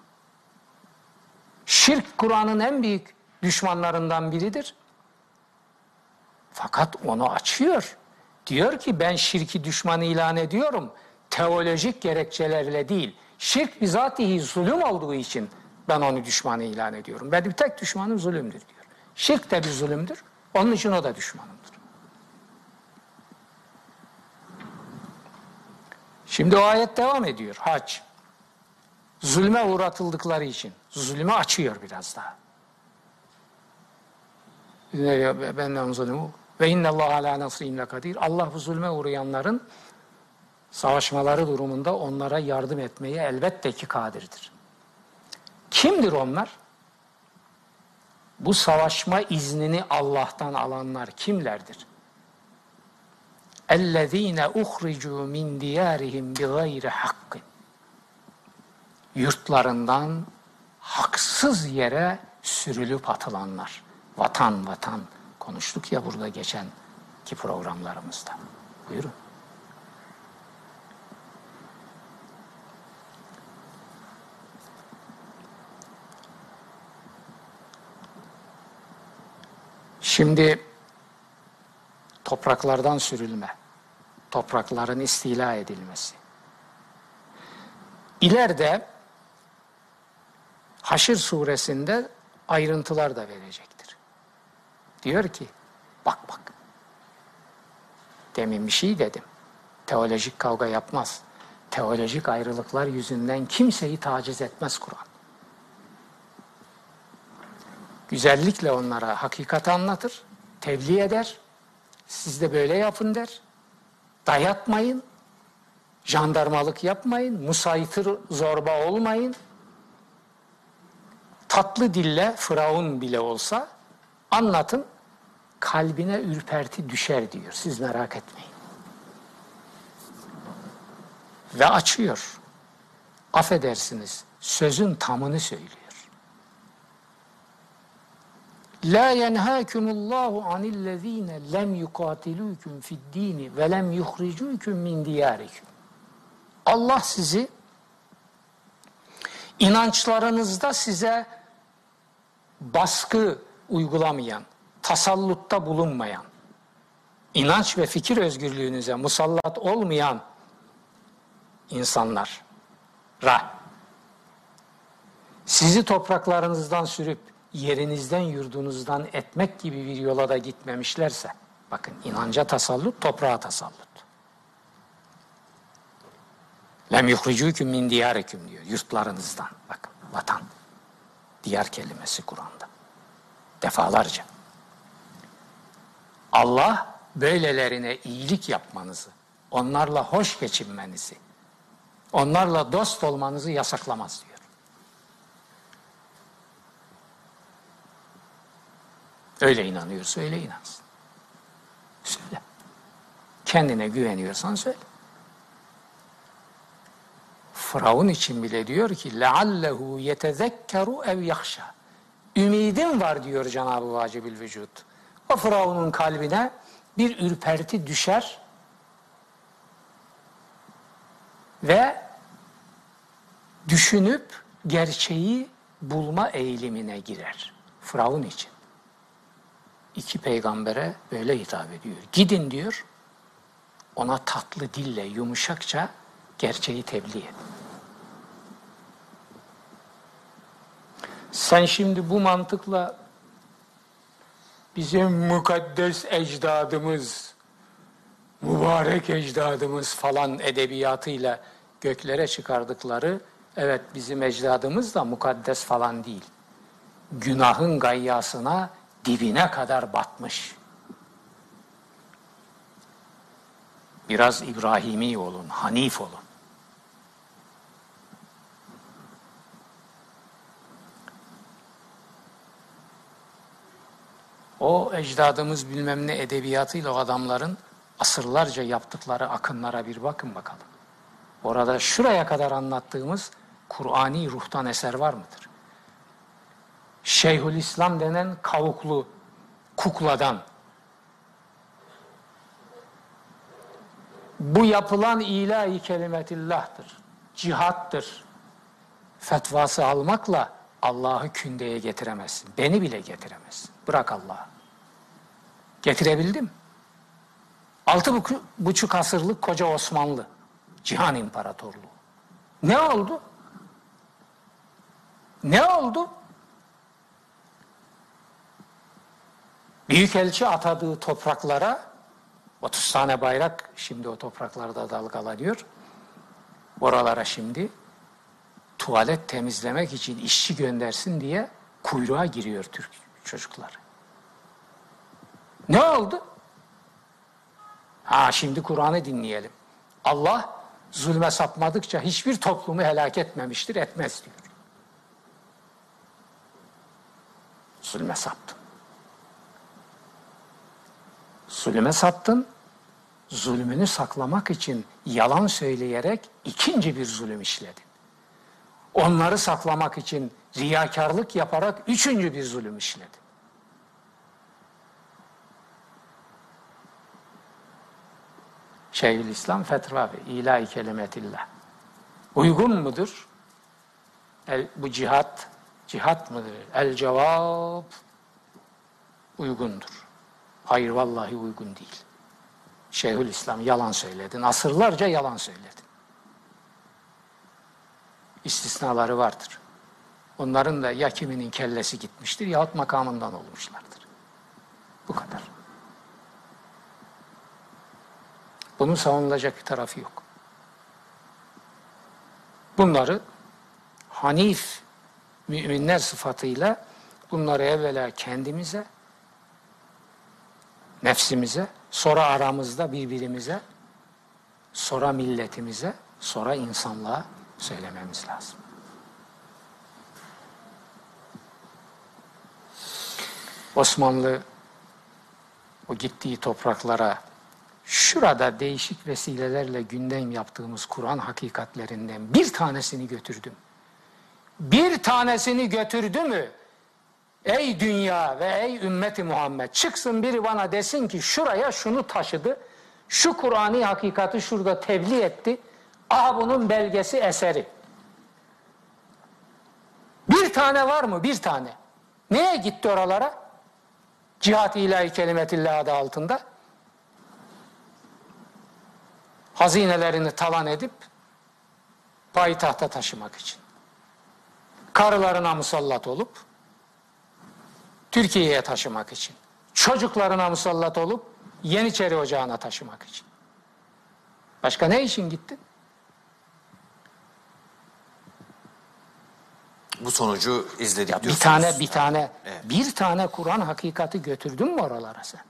Şirk Kur'an'ın en büyük düşmanlarından biridir. Fakat onu açıyor. Diyor ki ben şirki düşman ilan ediyorum. Teolojik gerekçelerle değil. Şirk bizatihi zulüm olduğu için ben onu düşman ilan ediyorum. Benim tek düşmanım zulümdür diyor. Şirk de bir zulümdür. Onun için o da düşmanımdır. Şimdi o ayet devam ediyor. Hac. Zulme uğratıldıkları için. Zulmü açıyor biraz daha. Benden zulmü ve innallâhe alâ nasrihim lekadir. Allah bu zulme uğrayanların savaşmaları durumunda onlara yardım etmeye elbette ki kadirdir. Kimdir onlar? Bu savaşma iznini Allah'tan alanlar kimlerdir? اَلَّذ۪ينَ اُخْرِجُوا مِنْ دِيَارِهِمْ بِغَيْرِ حَقٍّ Yurtlarından haksız yere sürülüp atılanlar. Vatan vatan konuştuk ya burada geçenki programlarımızda. Buyurun. Şimdi topraklardan sürülme, toprakların istila edilmesi. İleride Haşr suresinde ayrıntılar da verecektir. Diyor ki, bak demin bir şey dedim. Teolojik kavga yapmaz. Teolojik ayrılıklar yüzünden kimseyi taciz etmez Kur'an. Güzellikle onlara hakikati anlatır, tebliğ eder. Siz de böyle yapın der. Dayatmayın, jandarmalık yapmayın, musaytır zorba olmayın. Tatlı dille Firavun bile olsa anlatın, kalbine ürperti düşer diyor. Siz merak etmeyin. Ve açıyor. Affedersiniz, sözün tamını söylüyor. La yenhâkumullahu anillezîne lem yukâtilûkum fi'd-dîni ve lem yuhricûkum min diyârikum. Allah sizi inançlarınızda size baskı uygulamayan, tasallutta bulunmayan, inanç ve fikir özgürlüğünüze musallat olmayan insanlara sizi topraklarınızdan sürüp yerinizden yurdunuzdan etmek gibi bir yola da gitmemişlerse, bakın inanca tasallut, toprağa tasallut. Lem yuhricûküm min diyâreküm diyor, yurtlarınızdan. Bakın vatan, diyar kelimesi Kur'an'da. Defalarca. Allah böylelerine iyilik yapmanızı, onlarla hoş geçinmenizi, onlarla dost olmanızı yasaklamaz diyor. Öyle inanıyorsa öyle inansın. Söyle. Kendine güveniyorsan söyle. Firavun için bile diyor ki لَعَلَّهُ يَتَذَكَّرُ اَوْ يَخْشَى Ümidim var diyor Cenab-ı Vacibül Vücud. O Firavun'un kalbine bir ürperti düşer ve düşünüp gerçeği bulma eğilimine girer. Firavun için. İki peygambere böyle hitap ediyor. Gidin diyor, ona tatlı dille, yumuşakça gerçeği tebliğ et. Sen şimdi bu mantıkla bizim mukaddes ecdadımız, mübarek ecdadımız falan edebiyatıyla göklere çıkardıkları, evet bizim ecdadımız da mukaddes falan değil. günahın gayyasına dibine kadar batmış. Biraz İbrahimi olun, Hanif olun. O ecdadımız bilmem ne edebiyatıyla o adamların asırlarca yaptıkları akınlara bir bakın bakalım. Orada şuraya kadar anlattığımız Kur'ani ruhtan eser var mıdır? Şeyhülislam denen kavuklu kukladan bu yapılan ilahi kelimetillah'tır, cihattır. Fetvası almakla Allah'ı kündeye getiremezsin. Beni bile getiremezsin. Bırak Allah'ı. Getirebildim. 6,5 asırlık koca Osmanlı. Cihan İmparatorluğu. Ne oldu? Ne oldu? Büyükelçi atadığı topraklara 30 tane bayrak şimdi o topraklarda dalgalanıyor. Oralara şimdi tuvalet temizlemek için işçi göndersin diye kuyruğa giriyor Türk çocuklar. Ne oldu? Şimdi Kur'an'ı dinleyelim. Allah zulme sapmadıkça hiçbir toplumu helak etmemiştir, etmez diyor. Zulme saptın. Zulüme saptın, zulmünü saklamak için yalan söyleyerek ikinci bir zulüm işledin. Onları saklamak için riyakarlık yaparak üçüncü bir zulüm işledin. Şeyhülislam fetva ve ilahi kelimetillah. Uygun mudur? Bu cihat mıdır? El cevap uygundur. Hayır vallahi uygun değil. Şeyhülislam yalan söyledin. Asırlarca yalan söyledin. İstisnaları vardır. Onların da ya kiminin kellesi gitmiştir yahut makamından olmuşlardır. Bu kadar. Bunun savunulacak bir tarafı yok. Bunları hanif müminler sıfatıyla bunları evvela kendimize, nefsimize, sonra aramızda birbirimize, sonra milletimize, sonra insanlığa söylememiz lazım. Osmanlı o gittiği topraklara şurada değişik vesilelerle gündem yaptığımız Kur'an hakikatlerinden bir tanesini götürdüm. Bir tanesini götürdü mü? Ey dünya ve ey ümmeti Muhammed, çıksın biri bana desin ki şuraya şunu taşıdı, şu Kur'an'ı hakikati şurada tebliğ etti, bunun belgesi eseri. Bir tane var mı? Bir tane. Neye gitti oralara? Cihat-ı ilahi kelimetillah adı altında. Hazinelerini talan edip payitahta taşımak için. Karılarına musallat olup Türkiye'ye taşımak için. Çocuklarına musallat olup Yeniçeri Ocağı'na taşımak için. Başka ne için gittin? Bu sonucu izledik Ya diyorsunuz. bir tane Kur'an hakikati götürdün mü oralara sen?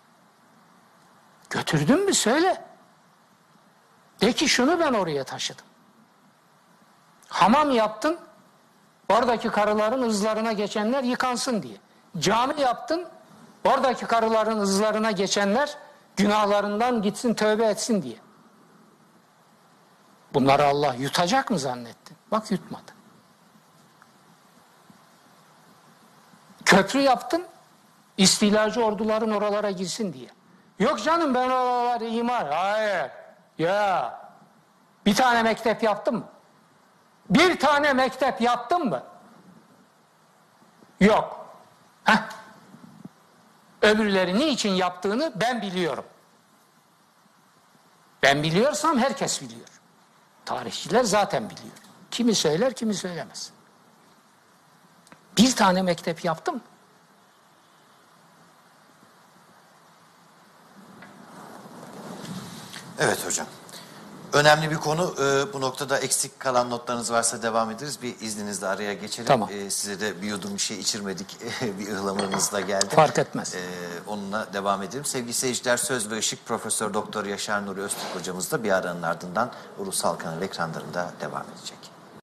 Götürdün mü söyle. De ki şunu ben oraya taşıdım. Hamam yaptın, oradaki karıların ızlarına geçenler yıkansın diye. Cami yaptın, oradaki karıların ızlarına geçenler günahlarından gitsin, tövbe etsin diye. Bunları Allah yutacak mı zannettin? Bak yutmadı. Köprü yaptın, istilacı orduların oralara girsin diye. Yok canım ben oraları imar. Hayır. Ya. Bir tane mektep yaptın mı? Bir tane mektep yaptın mı? Yok. Öbürleri niçin yaptığını ben biliyorum. Ben biliyorsam herkes biliyor. Tarihçiler zaten biliyor. Kimi söyler, kimi söylemez. Bir tane mektep yaptım. Evet hocam. Önemli bir konu. Bu noktada eksik kalan notlarınız varsa devam ederiz. Bir izninizle araya geçelim. Tamam. Size de bir yudum bir şey içirmedik. Bir ıhlamurınız da geldi. Fark etmez. Onunla devam edelim. Sevgili seyirciler, Söz ve Işık Profesör Doktor Yaşar Nuri Öztürk hocamız da bir aranın ardından Ulusal Kanal ekranlarında devam edecek.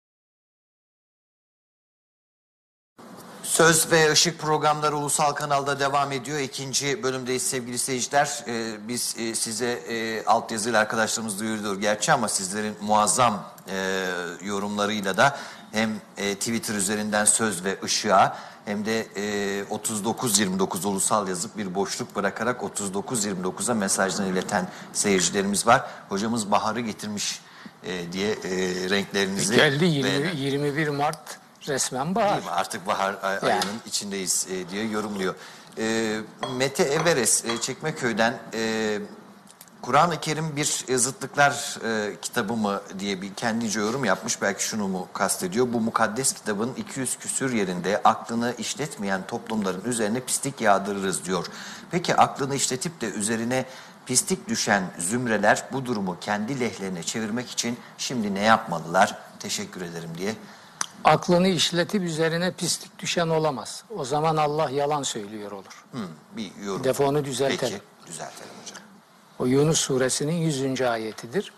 Söz ve Işık programları Ulusal Kanal'da devam ediyor. İkinci bölümdeyiz sevgili seyirciler. Biz size altyazıyla arkadaşlarımız duyuruyor gerçi ama sizlerin muazzam yorumlarıyla da hem Twitter üzerinden Söz ve Işık'a hem de 3929 ulusal yazıp bir boşluk bırakarak 3929'a mesajlarını ileten seyircilerimiz var. Hocamız baharı getirmiş diye renklerinizi... Geldi 21 Mart resmen bahar. Artık bahar ayının içindeyiz diye yorumluyor. Mete Everes Çekmeköy'den Kur'an-ı Kerim bir zıtlıklar kitabı mı diye bir kendince yorum yapmış. Belki şunu mu kastediyor? Bu mukaddes kitabın 200 küsür yerinde aklını işletmeyen toplumların üzerine pislik yağdırırız diyor. Peki aklını işletip de üzerine pislik düşen zümreler bu durumu kendi lehlerine çevirmek için şimdi ne yapmalılar? Teşekkür ederim diye. Aklını işletip üzerine pislik düşen olamaz. O zaman Allah yalan söylüyor olur. Bir yorum. Bir defa onu düzeltelim. Peki, düzeltelim hocam. O Yunus suresinin 100. ayetidir.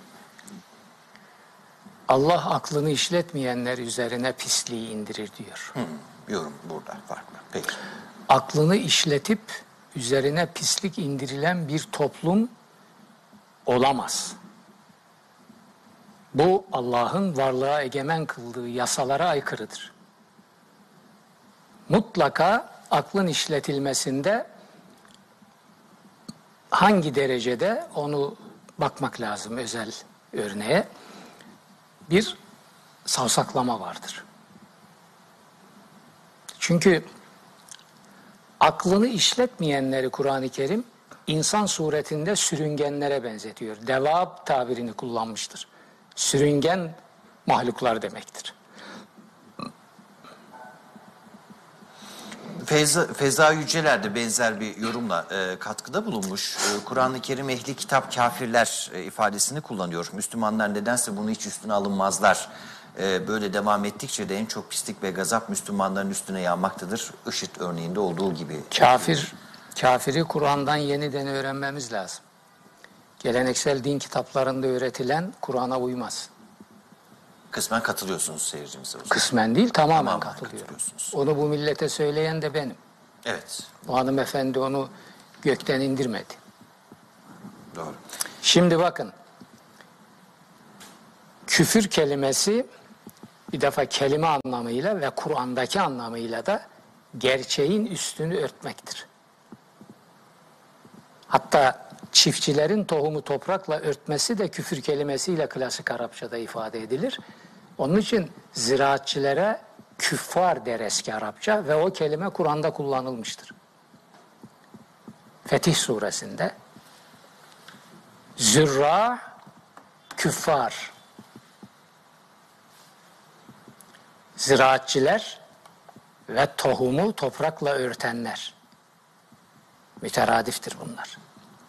Allah aklını işletmeyenler üzerine pisliği indirir diyor. Yorum burada farklı. Peki. Aklını işletip üzerine pislik indirilen bir toplum olamaz. Bu Allah'ın varlığa egemen kıldığı yasalara aykırıdır. Mutlaka aklın işletilmesinde hangi derecede onu bakmak lazım özel örneğe. Bir savsaklama vardır. Çünkü aklını işletmeyenleri Kur'an-ı Kerim insan suretinde sürüngenlere benzetiyor. Devab tabirini kullanmıştır. Sürüngen mahluklar demektir. Feza Yüceler de benzer bir yorumla katkıda bulunmuş. Kur'an-ı Kerim ehli kitap kafirler ifadesini kullanıyor. Müslümanlar nedense bunu hiç üstüne alınmazlar. Böyle devam ettikçe de en çok pislik ve gazap Müslümanların üstüne yağmaktadır. IŞİD örneğinde olduğu gibi. Kafiri Kur'an'dan yeniden öğrenmemiz lazım. Geleneksel din kitaplarında öğretilen Kur'an'a uymaz. Kısmen katılıyorsunuz seyircimize. Kısmen değil, tamamen katılıyorum. Onu bu millete söyleyen de benim. Evet. O hanımefendi onu gökten indirmedi. Doğru. Şimdi bakın, küfür kelimesi bir defa kelime anlamıyla ve Kur'an'daki anlamıyla da gerçeğin üstünü örtmektir. Hatta çiftçilerin tohumu toprakla örtmesi de küfür kelimesiyle klasik Arapçada ifade edilir. Onun için ziraatçilere küffar der eski Arapça ve o kelime Kur'an'da kullanılmıştır. Fetih suresinde zürra küffar, ziraatçiler ve tohumu toprakla örtenler. Müteradiftir bunlar.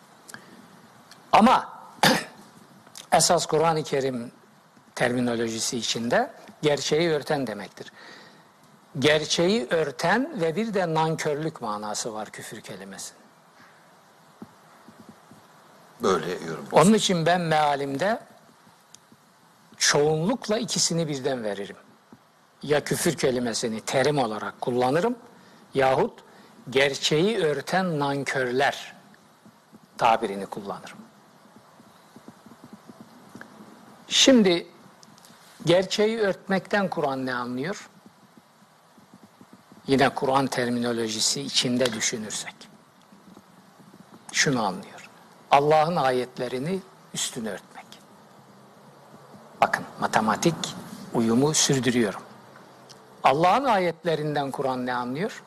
Ama esas Kur'an-ı Kerim terminolojisi içinde gerçeği örten demektir. Gerçeği örten ve bir de nankörlük manası var küfür kelimesinin. Böyle yorum. Onun için ben mealimde çoğunlukla ikisini birden veririm. Ya küfür kelimesini terim olarak kullanırım yahut gerçeği örten nankörler tabirini kullanırım. Şimdi gerçeği örtmekten Kur'an ne anlıyor? Yine Kur'an terminolojisi içinde düşünürsek. Şunu anlıyor. Allah'ın ayetlerini üstüne örtmek. Bakın matematik uyumu sürdürüyorum. Allah'ın ayetlerinden Kur'an ne anlıyor?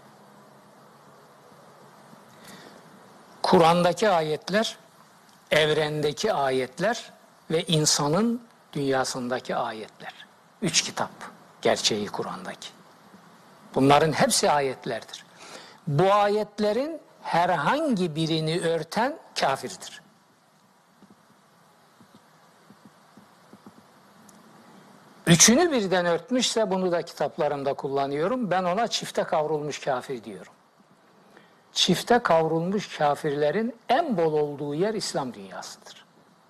Kur'an'daki ayetler, evrendeki ayetler ve insanın dünyasındaki ayetler. 3 kitap gerçeği Kur'an'daki. Bunların hepsi ayetlerdir. Bu ayetlerin herhangi birini örten kafirdir. Üçünü birden örtmüşse bunu da kitaplarımda kullanıyorum. Ben ona çifte kavrulmuş kafir diyorum. Çifte kavrulmuş kafirlerin en bol olduğu yer İslam dünyasıdır.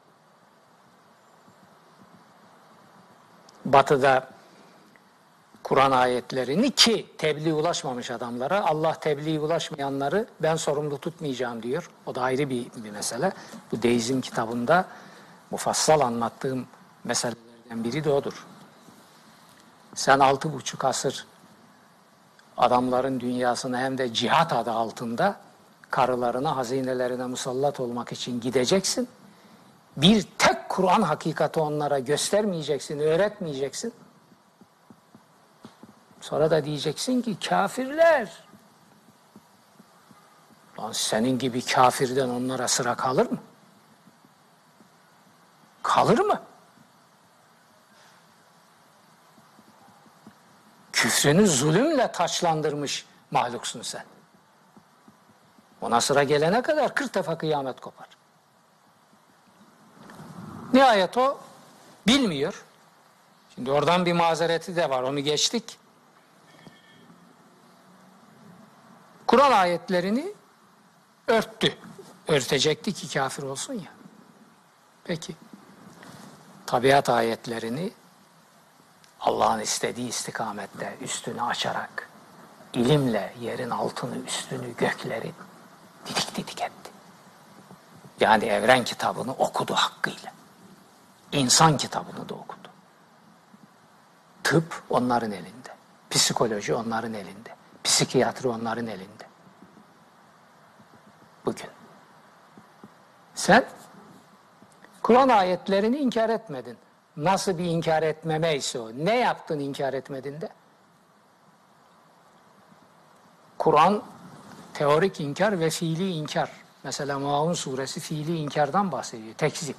Batı'da Kur'an ayetlerini, ki tebliğ ulaşmamış adamlara, Allah tebliğ ulaşmayanları ben sorumlu tutmayacağım diyor. O da ayrı bir mesele. Bu Deizm kitabında mufassal anlattığım meselelerden biri de odur. Sen 6,5 asır adamların dünyasına hem de cihat adı altında karılarına, hazinelerine musallat olmak için gideceksin. Bir tek Kur'an hakikati onlara göstermeyeceksin, öğretmeyeceksin. Sonra da diyeceksin ki kafirler. Lan senin gibi kafirden onlara sıra kalır mı? Kalır mı? Küfrünü zulümle taçlandırmış mahluksun sen. Ona sıra gelene kadar 40 defa kıyamet kopar. Nihayet o bilmiyor. Şimdi oradan bir mazereti de var, onu geçtik. Kur'an ayetlerini örttü. Örtecekti ki kafir olsun ya. Peki. Tabiat ayetlerini Allah'ın istediği istikamette üstünü açarak, ilimle yerin altını, üstünü, gökleri didik didik etti. Yani evren kitabını okudu hakkıyla. İnsan kitabını da okudu. Tıp onların elinde. Psikoloji onların elinde. Psikiyatri onların elinde. Bugün. Sen Kur'an ayetlerini inkar etmedin. Nasıl bir inkar etmeme ise o. Ne yaptın inkar etmedin de? Kur'an teorik inkar ve fiili inkar. Mesela Maun suresi fiili inkardan bahsediyor. Tekzip.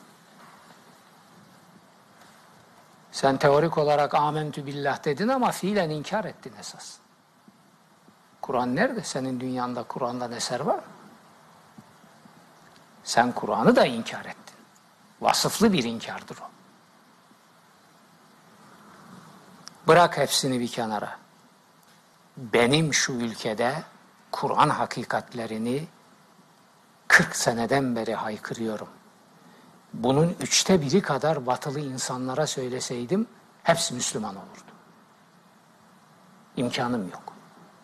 Sen teorik olarak amentü billah dedin ama fiilen inkar ettin esas. Kur'an nerede? Senin dünyanda Kur'an'dan eser var mı? Sen Kur'an'ı da inkar ettin. Vasıflı bir inkardır o. Bırak hepsini bir kenara. Benim şu ülkede Kur'an hakikatlerini 40 seneden beri haykırıyorum. Bunun 1/3 kadar batılı insanlara söyleseydim hepsi Müslüman olurdu. İmkanım yok.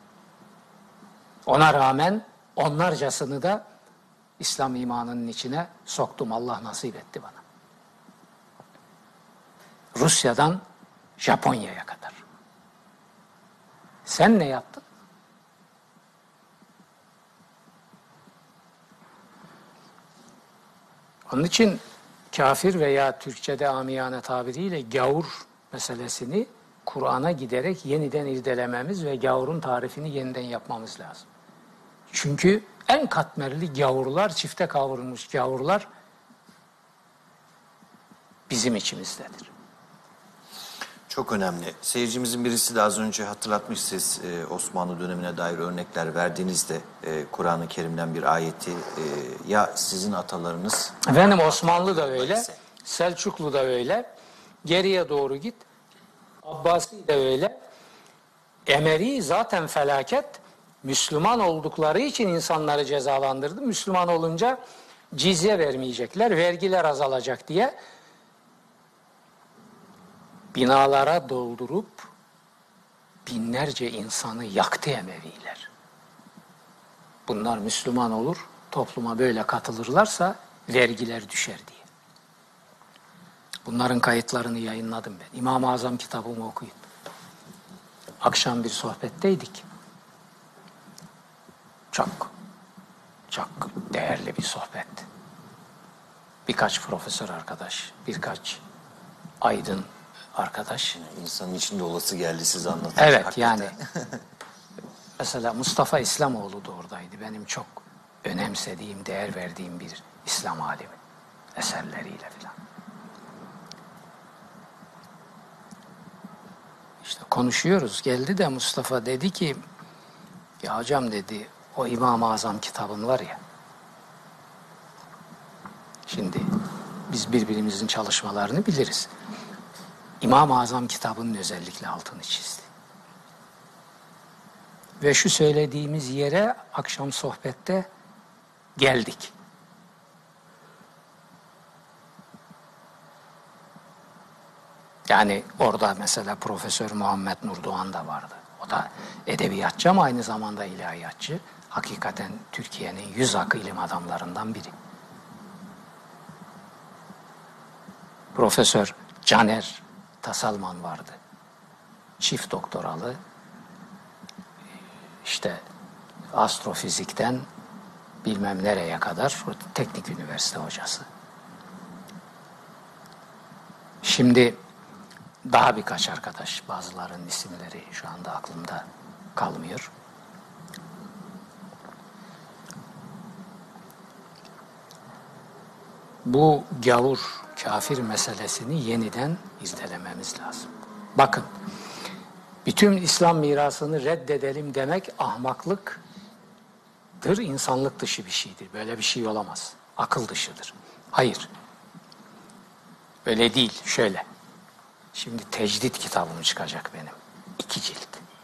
Ona rağmen onlarcasını da İslam imanının içine soktum. Allah nasip etti bana. Rusya'dan Japonya'ya kadar. Sen ne yaptın? Onun için kafir veya Türkçe'de amiyane tabiriyle gavur meselesini Kur'an'a giderek yeniden irdelememiz ve gavurun tarifini yeniden yapmamız lazım. Çünkü en katmerli gavurlar, çifte kavrulmuş gavurlar bizim içimizdedir. Çok önemli. Seyircimizin birisi de az önce hatırlatmış, siz Osmanlı dönemine dair örnekler verdiğinizde Kur'an-ı Kerim'den bir ayeti ya sizin atalarınız... Efendim Osmanlı da öyle, Selçuklu da öyle, geriye doğru git, Abbasi de öyle, Emevi zaten felaket, Müslüman oldukları için insanları cezalandırdı. Müslüman olunca cizye vermeyecekler, vergiler azalacak diye binalara doldurup binlerce insanı yaktı Emeviler. Bunlar Müslüman olur, topluma böyle katılırlarsa vergiler düşer diye. Bunların kayıtlarını yayınladım ben. İmam-ı Azam kitabımı okuyun. Akşam bir sohbetteydik. Çok değerli bir sohbet. Birkaç profesör arkadaş, birkaç aydın arkadaş. İnsanın içinde olası geldi siz anlatınca. Evet hakikaten. yani. Mesela Mustafa İslamoğlu da oradaydı. Benim çok önemsediğim, değer verdiğim bir İslam alimi. Eserleriyle filan. İşte konuşuyoruz. Geldi de Mustafa dedi ki, ya hocam dedi, o İmam-ı Azam kitabın var ya, şimdi biz birbirimizin çalışmalarını biliriz. İmam-ı Azam kitabının özellikle altını çizdi. Ve şu söylediğimiz yere akşam sohbette geldik. Yani orada mesela Profesör Muhammed Nurdoğan da vardı. O da edebiyatçı ama aynı zamanda ilahiyatçı. Hakikaten Türkiye'nin 100 akı ilim adamlarından biri. Profesör Caner Tasalman vardı. Çift doktoralı. İşte astrofizikten bilmem nereye kadar teknik üniversite hocası. Şimdi daha birkaç arkadaş, bazılarının isimleri şu anda aklımda kalmıyor. Bu gavur, kafir meselesini yeniden irdelememiz lazım. Bakın, bütün İslam mirasını reddedelim demek ahmaklıktır, insanlık dışı bir şeydir. Böyle bir şey olamaz. Akıl dışıdır. Hayır. Öyle değil, şöyle. Şimdi tecdit kitabım çıkacak benim. 2 cilt.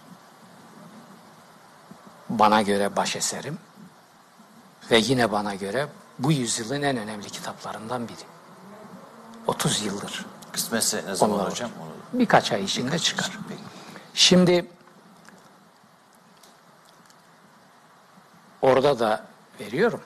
Bana göre başeserim ve yine bana göre bu yüzyılın en önemli kitaplarından biri. 30 yıldır. Kısmetse ne zaman hocam? Birkaç ay içinde çıkar. Şimdi orada da veriyorum.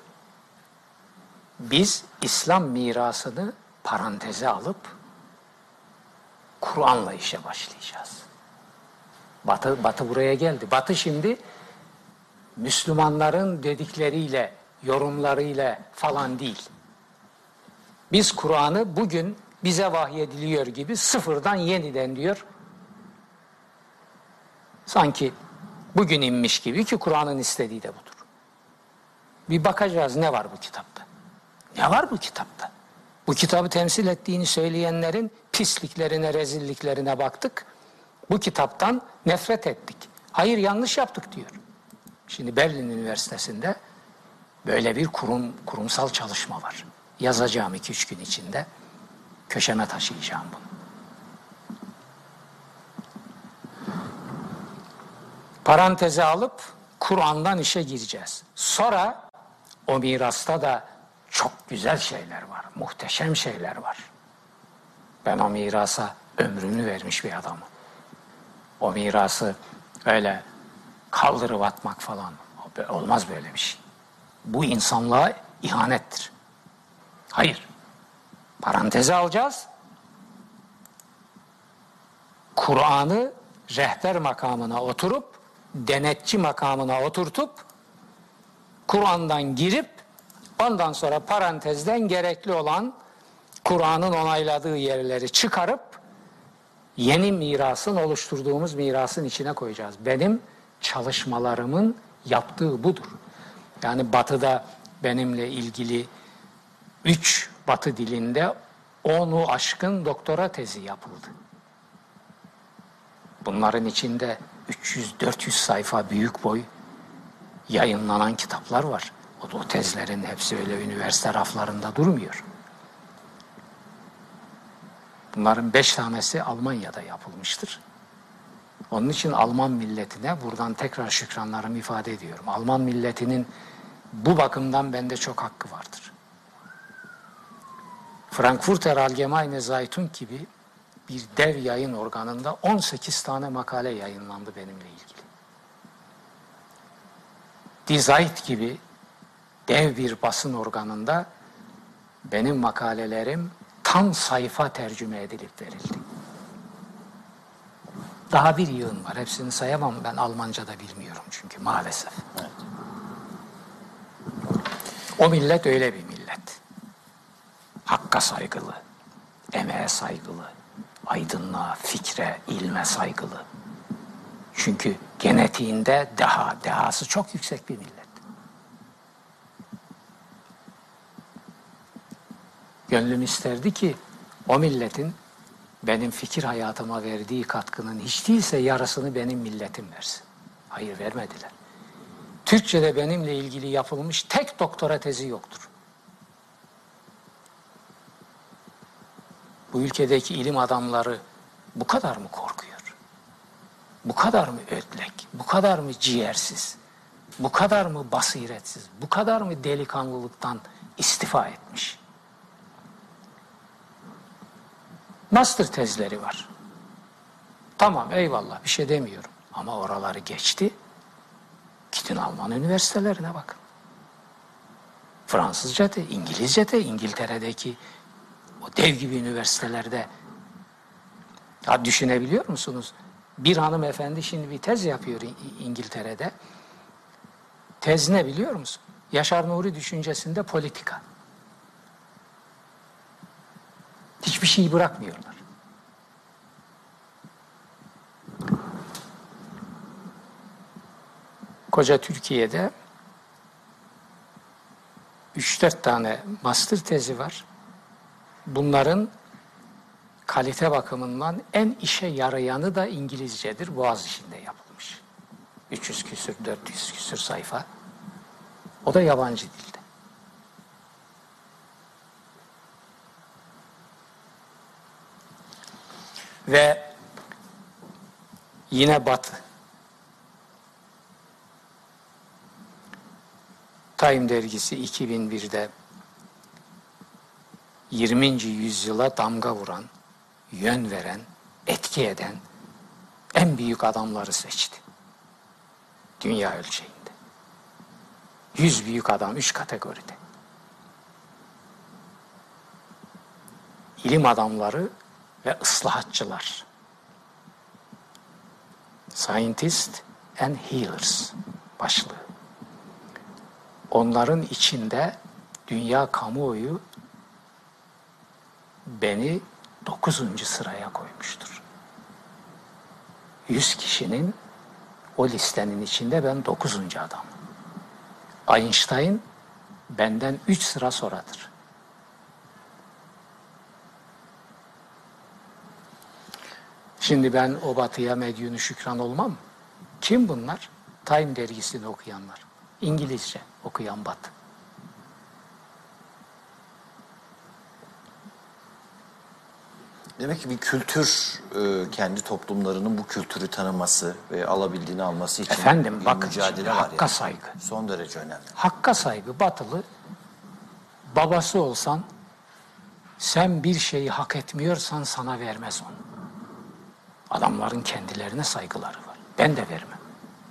Biz İslam mirasını paranteze alıp Kur'an'la işe başlayacağız. Batı buraya geldi. Batı şimdi Müslümanların dedikleriyle, yorumlarıyla falan değil. Biz Kur'an'ı bugün bize vahyediliyor gibi sıfırdan yeniden diyor. Sanki bugün inmiş gibi ki Kur'an'ın istediği de budur. Bir bakacağız ne var bu kitapta? Ne var bu kitapta? Bu kitabı temsil ettiğini söyleyenlerin pisliklerine, rezilliklerine baktık. Bu kitaptan nefret ettik. Hayır, yanlış yaptık diyor. Şimdi Berlin Üniversitesi'nde böyle bir kurumsal çalışma var. Yazacağım 2-3 gün içinde. Köşeme taşıyacağım bunu. Paranteze alıp Kur'an'dan işe gireceğiz. Sonra o mirasta da çok güzel şeyler var. Muhteşem şeyler var. Ben o mirasa ömrünü vermiş bir adamım. O mirası öyle kaldırıp atmak falan olmaz böyle bir şey. Bu insanlığa ihanettir. Hayır. Paranteze alacağız. Kur'an'ı rehber makamına oturup, denetçi makamına oturtup, Kur'an'dan girip, ondan sonra parantezden gerekli olan Kur'an'ın onayladığı yerleri çıkarıp, yeni mirasın, oluşturduğumuz mirasın içine koyacağız. Benim çalışmalarımın yaptığı budur. Yani Batı'da benimle ilgili 3 Batı dilinde 10'u aşkın doktora tezi yapıldı. Bunların içinde 300-400 sayfa büyük boy yayınlanan kitaplar var. O tezlerin hepsi öyle üniversite raflarında durmuyor. Bunların 5 tanesi Almanya'da yapılmıştır. Onun için Alman milletine buradan tekrar şükranlarımı ifade ediyorum. Alman milletinin bu bakımdan bende çok hakkı vardır. Frankfurter Allgemeine Zeitung gibi bir dev yayın organında 18 tane makale yayınlandı benimle ilgili. Die Zeit gibi dev bir basın organında benim makalelerim tam sayfa tercüme edilip verildi. Daha bir yığın var. Hepsini sayamam. Ben Almanca da bilmiyorum çünkü maalesef. Evet. O millet öyle bir millet. Hakka saygılı, emeğe saygılı, aydınlığa, fikre, ilme saygılı. Çünkü genetiğinde dehası çok yüksek bir millet. Gönlüm isterdi ki o milletin benim fikir hayatıma verdiği katkının hiç değilse yarısını benim milletim versin. Hayır, vermediler. Türkçe'de benimle ilgili yapılmış tek doktora tezi yoktur. Bu ülkedeki ilim adamları bu kadar mı korkuyor? Bu kadar mı ödlek? Bu kadar mı ciğersiz? Bu kadar mı basiretsiz? Bu kadar mı delikanlılıktan istifa etmiş? Master tezleri var. Tamam, eyvallah, bir şey demiyorum. Ama oraları geçti. Gidin Alman üniversitelerine bakın. Fransızca de, İngilizce de, İngiltere'deki o dev gibi üniversitelerde. Ya düşünebiliyor musunuz? Bir hanımefendi şimdi bir tez yapıyor İngiltere'de. Tez ne biliyor musun? Yaşar Nuri düşüncesinde politika. Hiçbir şeyi bırakmıyorlar. Koca Türkiye'de 3-4 tane master tezi var. Bunların kalite bakımından en işe yarayanı da İngilizcedir. Boğaziçi'nde yapılmış. 300 küsür, 400 küsür sayfa. O da yabancı dilde. Ve yine Batı. Time dergisi 2001'de 20. yüzyıla damga vuran, yön veren, etki eden en büyük adamları seçti. Dünya ölçeğinde. 100 büyük adam 3 kategoride. İlim adamları ve ıslahatçılar. Scientists and Healers başlığı. Onların içinde dünya kamuoyu beni 9. sıraya koymuştur. 100 kişinin o listenin içinde ben 9. adam. Einstein benden 3 sıra sonradır. Şimdi ben o Batı'ya medyunu şükran olmam. Kim bunlar? Time dergisini okuyanlar. İngilizce okuyan Batı. Demek ki bir kültür kendi toplumlarının bu kültürü tanıması ve alabildiğini alması için Efendim bir bakın mücadele var. hakka Yani. saygı. Son derece önemli. Hakka saygı. Batılı babası olsan sen bir şeyi hak etmiyorsan sana vermez onu. Adamların kendilerine saygıları var. Ben de vermem.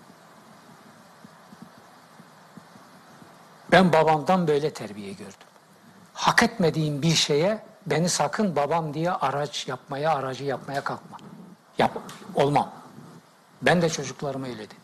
Ben babamdan böyle terbiye gördüm. Hak etmediğim bir şeye beni sakın babam diye aracı yapmaya kalkma. Olmam. Ben de çocuklarıma öyle dedim.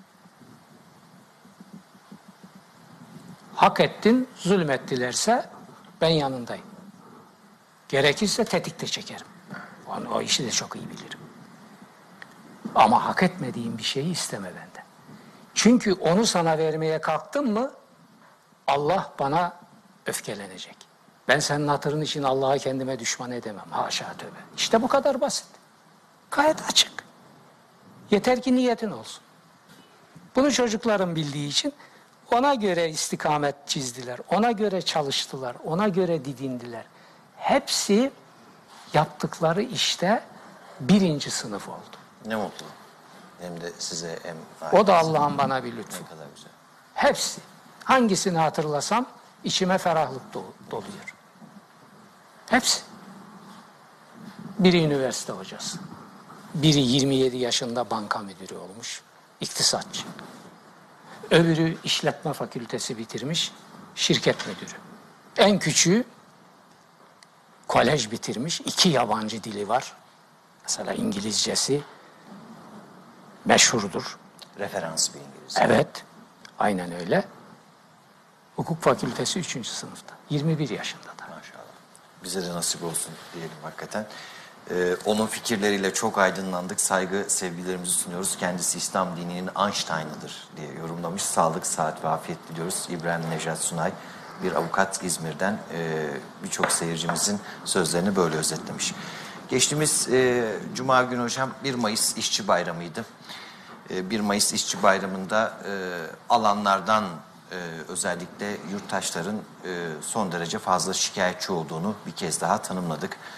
Hak ettin, zulmettilerse ben yanındayım. Gerekirse tetikte çekerim. O işi de çok iyi bilirim. Ama hak etmediğim bir şeyi isteme benden. Çünkü onu sana vermeye kalktım mı Allah bana öfkelenecek. Ben senin hatırın için Allah'a kendime düşman edemem. Haşa tövbe. İşte bu kadar basit. Gayet açık. Yeter ki niyetin olsun. Bunu çocuklarım bildiği için ona göre istikamet çizdiler. Ona göre çalıştılar. Ona göre didindiler. Hepsi yaptıkları işte 1. sınıf oldu. Ne mutlu. Hem de size hem o da Allah'ın bana bir lütfu. Ne kadar güzel. Hepsi. Hangisini hatırlasam içime ferahlık doluyor. Hepsi. Biri üniversite hocası. Biri 27 yaşında banka müdürü olmuş. İktisatçı. Öbürü işletme fakültesi bitirmiş. Şirket müdürü. En küçüğü kolej bitirmiş. 2 yabancı dili var. Mesela İngilizcesi meşhurdur. Referans bir İngilizce. Evet. Aynen öyle. Hukuk fakültesi 3. sınıfta. 21 yaşında da. Maşallah. Bize de nasip olsun diyelim hakikaten. Onun fikirleriyle çok aydınlandık. Saygı, sevgilerimizi sunuyoruz. Kendisi İslam dininin Einstein'ıdır diye yorumlamış. Sağlık, sıhhat ve afiyet diliyoruz. İbrahim Nejat Sunay, bir avukat İzmir'den birçok seyircimizin sözlerini böyle özetlemiş. Geçtiğimiz Cuma günü hocam 1 Mayıs İşçi Bayramı'ydı. 1 Mayıs İşçi Bayramı'nda alanlardan özellikle yurttaşların son derece fazla şikayetçi olduğunu bir kez daha tanımladık.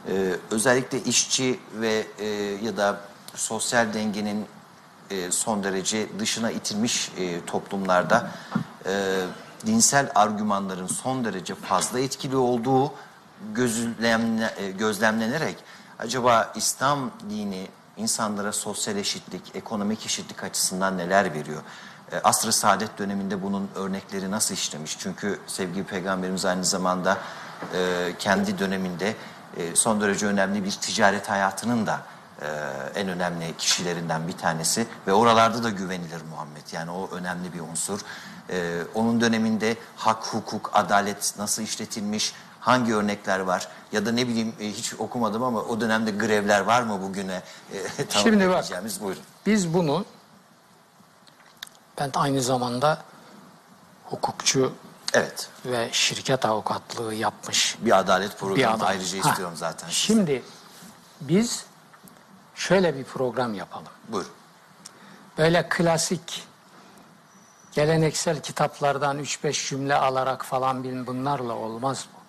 Özellikle işçi ve ya da sosyal dengenin son derece dışına itilmiş toplumlarda dinsel argümanların son derece fazla etkili olduğu gözlemlenerek acaba İslam dini insanlara sosyal eşitlik, ekonomik eşitlik açısından neler veriyor? Asr-ı Saadet döneminde bunun örnekleri nasıl işlemiş? Çünkü sevgili Peygamberimiz aynı zamanda kendi döneminde son derece önemli bir ticaret hayatının da en önemli kişilerinden bir tanesi ve oralarda da güvenilir Muhammed. Yani o önemli bir unsur. Onun döneminde hak, hukuk, adalet nasıl işletilmiş, hangi örnekler var ya da ne bileyim hiç okumadım ama o dönemde grevler var mı bugüne Şimdi bak, buyurun. biz bunu, ben aynı zamanda hukukçu Evet. ve şirket avukatlığı yapmış Bir adalet programı bir adam. ayrıca istiyorum zaten. Şimdi biz şöyle bir program yapalım. Buyurun. Böyle klasik, geleneksel kitaplardan 3-5 cümle alarak falan bunlarla olmaz bu.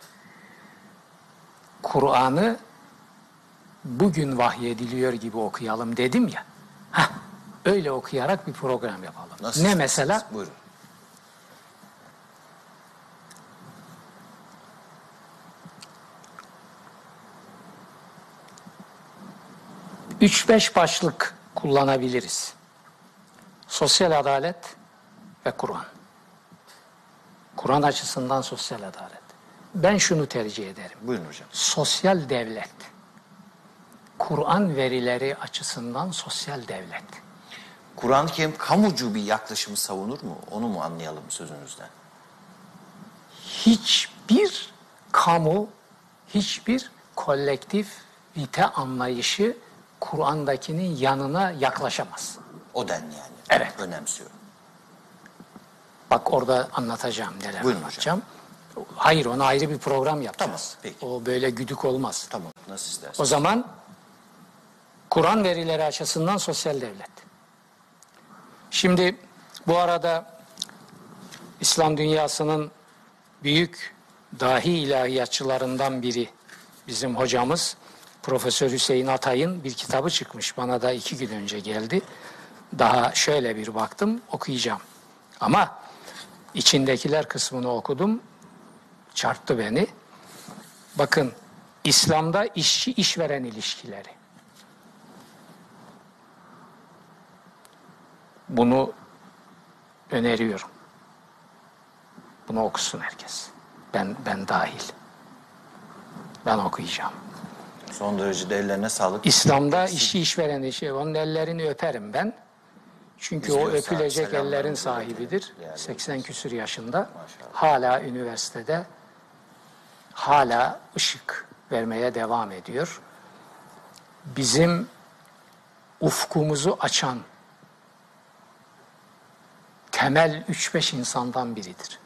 Kur'an'ı bugün vahyediliyor gibi okuyalım dedim ya. Öyle okuyarak bir program yapalım. Nasıl Ne isterseniz? mesela? Buyurun. Üç beş başlık kullanabiliriz. Sosyal adalet ve Kur'an. Kur'an açısından sosyal adalet. Ben şunu tercih ederim. Buyurun hocam. Sosyal devlet. Kur'an verileri açısından sosyal devlet. Kur'an-ı Kerim kamucu bir yaklaşımı savunur mu? Onu mu anlayalım sözünüzden? Hiçbir kamu, hiçbir kolektivite anlayışı Kur'an'dakinin yanına yaklaşamaz. O denli yani. Evet. Önemsiyorum. Bak orada anlatacağım neler Buyurun anlatacağım. Hayır, ona ayrı bir program yapacağız. Tamam, peki. O böyle güdük olmaz. Tamam. Nasıl isterseniz. O zaman Kur'an verileri açısından sosyal devlet. Şimdi bu arada İslam dünyasının büyük dahi ilahiyatçılarından biri bizim hocamız Profesör Hüseyin Atay'ın bir kitabı çıkmış. Bana da 2 gün önce geldi. Daha şöyle bir baktım, okuyacağım. Ama içindekiler kısmını okudum. Çarptı beni. Bakın, İslam'da işçi-işveren ilişkileri. Bunu öneriyorum. Bunu okusun herkes. Ben dahil. Ben okuyacağım. Son derece de ellerine sağlık. İslam'da işçi işveren işi. Onun ellerini öperim ben. Çünkü o İzliyorsa öpülecek selamlarımızı ellerin sahibidir. yani 80 küsur yaşında. Maşallah. Hala üniversitede. Hala ışık vermeye devam ediyor. Bizim ufkumuzu açan temel 3-5 insandan biridir.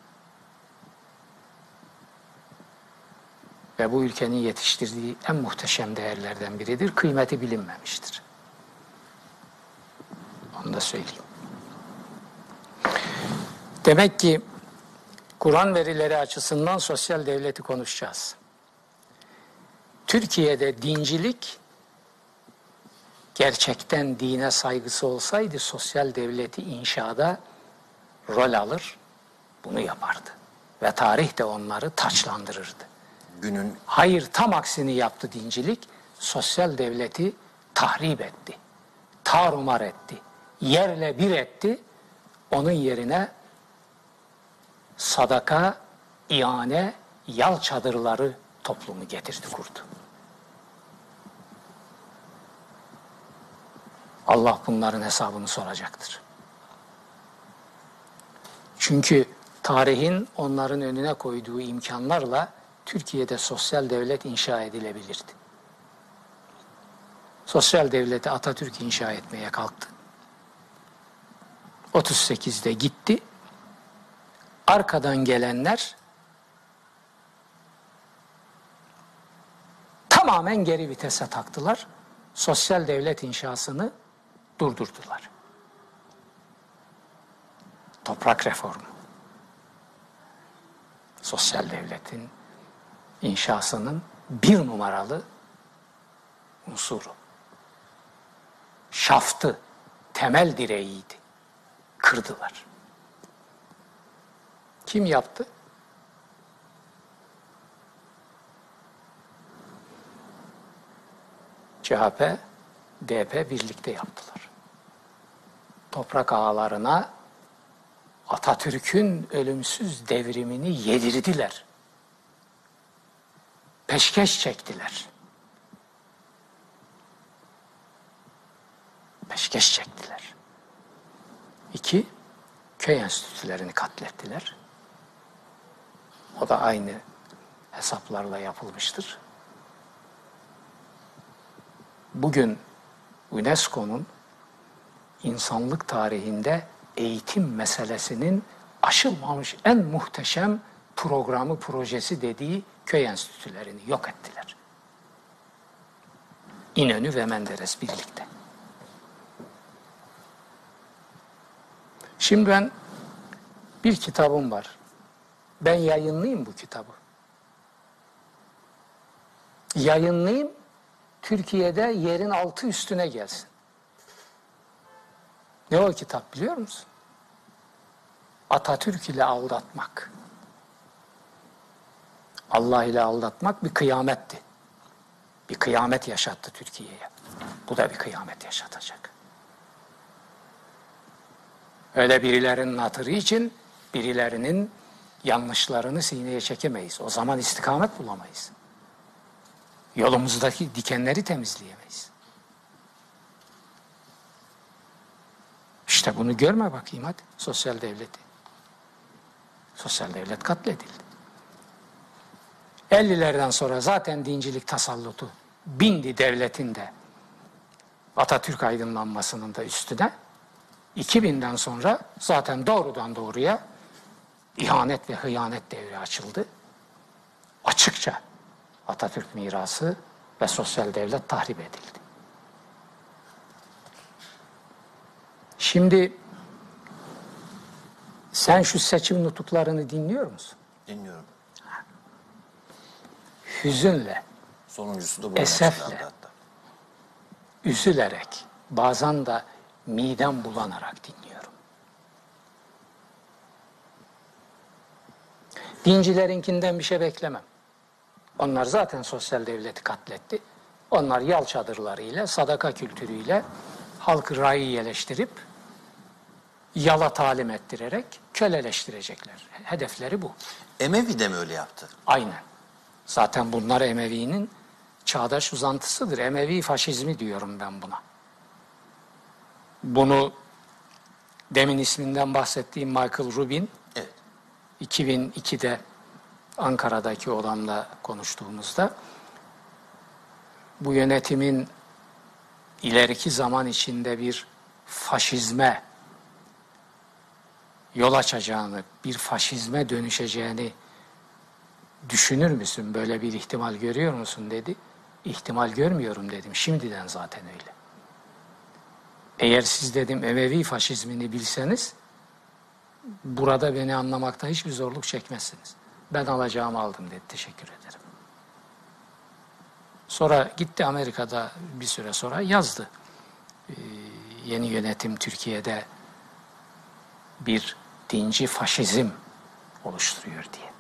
Ve bu ülkenin yetiştirdiği en muhteşem değerlerden biridir. Kıymeti bilinmemiştir. Onu da söyleyeyim. Demek ki Kur'an verileri açısından sosyal devleti konuşacağız. Türkiye'de dincilik gerçekten dine saygısı olsaydı sosyal devleti inşada rol alır, bunu yapardı. Ve tarih de onları taçlandırırdı. Hayır, tam aksini yaptı dincilik. Sosyal devleti tahrip etti. Tarumar etti. Yerle bir etti. Onun yerine sadaka, ihane, yal çadırları toplumu getirdi, kurdu. Allah bunların hesabını soracaktır. Çünkü tarihin onların önüne koyduğu imkanlarla Türkiye'de sosyal devlet inşa edilebilirdi. Sosyal devleti Atatürk inşa etmeye kalktı. 38'de gitti. Arkadan gelenler tamamen geri vitese taktılar. Sosyal devlet inşasını durdurdular. Toprak reformu. Sosyal devletin inşasının bir numaralı unsuru. Şaftı, temel direğiydi. Kırdılar. Kim yaptı? CHP, DP birlikte yaptılar. Toprak ağalarına Atatürk'ün ölümsüz devrimini yedirdiler. Peşkeş çektiler. Peşkeş çektiler. 2, köy enstitülerini katlettiler. O da aynı hesaplarla yapılmıştır. Bugün UNESCO'nun insanlık tarihinde eğitim meselesinin aşılmamış en muhteşem programı, projesi dediği köy enstitülerini yok ettiler. İnönü ve Menderes birlikte. Şimdi bir kitabım var. Ben yayınlayayım bu kitabı. Yayınlayayım, Türkiye'de yerin altı üstüne gelsin. Ne o kitap biliyor musun? Atatürk ile aldatmak. Allah ile aldatmak bir kıyametti. Bir kıyamet yaşattı Türkiye'ye. Bu da bir kıyamet yaşatacak. Öyle birilerinin hatırı için birilerinin yanlışlarını sineye çekemeyiz. O zaman istikamet bulamayız. Yolumuzdaki dikenleri temizleyemeyiz. İşte bunu görme bakayım hadi. Sosyal devleti. Sosyal devlet katledildi. 50'lerden sonra zaten dincilik tasallutu bindi devletin de Atatürk aydınlanmasının da üstüne. 2000'den sonra zaten doğrudan doğruya ihanet ve hıyanet devri açıldı. Açıkça Atatürk mirası ve sosyal devlet tahrip edildi. Şimdi sen şu seçim nutuklarını dinliyor musun? Dinliyorum. Hüzünle, Sonuncusu da bu. esefle, Hatta. üzülerek, bazen de midem bulanarak dinliyorum. Dincilerinkinden bir şey beklemem. Onlar zaten sosyal devleti katletti. Onlar yal çadırlarıyla, sadaka kültürüyle halkı raiyeleştirip, yala talim ettirerek köleleştirecekler. Hedefleri bu. Emevi de mi öyle yaptı? Aynen. Zaten bunlar Emevi'nin çağdaş uzantısıdır. Emevi faşizmi diyorum ben buna. Bunu demin isminden bahsettiğim Michael Rubin, Evet. 2002'de Ankara'daki odamda konuştuğumuzda bu yönetimin ileriki zaman içinde bir faşizme yol açacağını, bir faşizme dönüşeceğini düşünür müsün? Böyle bir ihtimal görüyor musun dedi. İhtimal görmüyorum dedim. Şimdiden zaten öyle. Eğer siz dedim Emevi faşizmini bilseniz burada beni anlamakta hiçbir zorluk çekmezsiniz. Ben alacağımı aldım dedi. Teşekkür ederim. Sonra gitti Amerika'da bir süre sonra yazdı. Yeni yönetim Türkiye'de bir dinci faşizm oluşturuyor diye.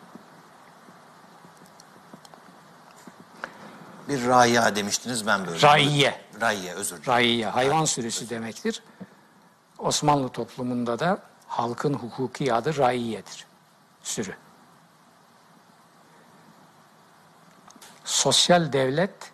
Bir raya demiştiniz, ben böyle. Raiye. Raiye, özür dilerim. Raiye, hayvan sürüsü demektir. Osmanlı toplumunda da halkın hukuki adı raiyedir. Sürü. Sosyal devlet,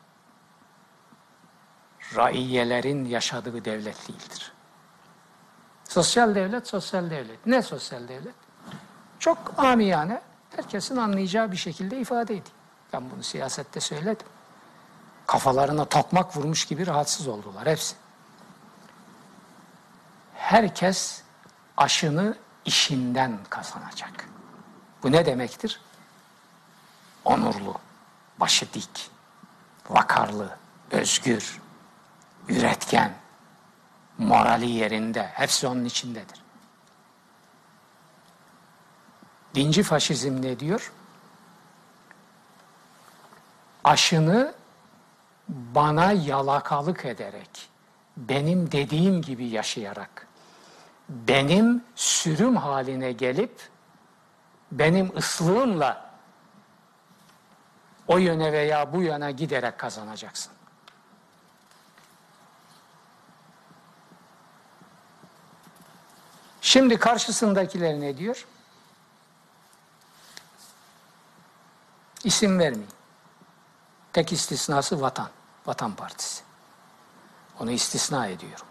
raiyelerin yaşadığı devlet değildir. Sosyal devlet, sosyal devlet. Ne sosyal devlet? Çok amiyane, herkesin anlayacağı bir şekilde ifade edeyim. Ben bunu siyasette söyledim. Kafalarına tokmak vurmuş gibi rahatsız oldular hepsi. Herkes aşını işinden kazanacak. Bu ne demektir? Onurlu, başı dik, vakarlı, özgür, üretken, morali yerinde, hepsi onun içindedir. Dinci faşizm ne diyor? Aşını bana yalakalık ederek, benim dediğim gibi yaşayarak, benim sürüm haline gelip, benim ıslığımla o yöne veya bu yana giderek kazanacaksın. Şimdi karşısındakiler ne diyor? İsim vermeyin. Tek istisnası Vatan. Vatan Partisi. Onu istisna ediyorum.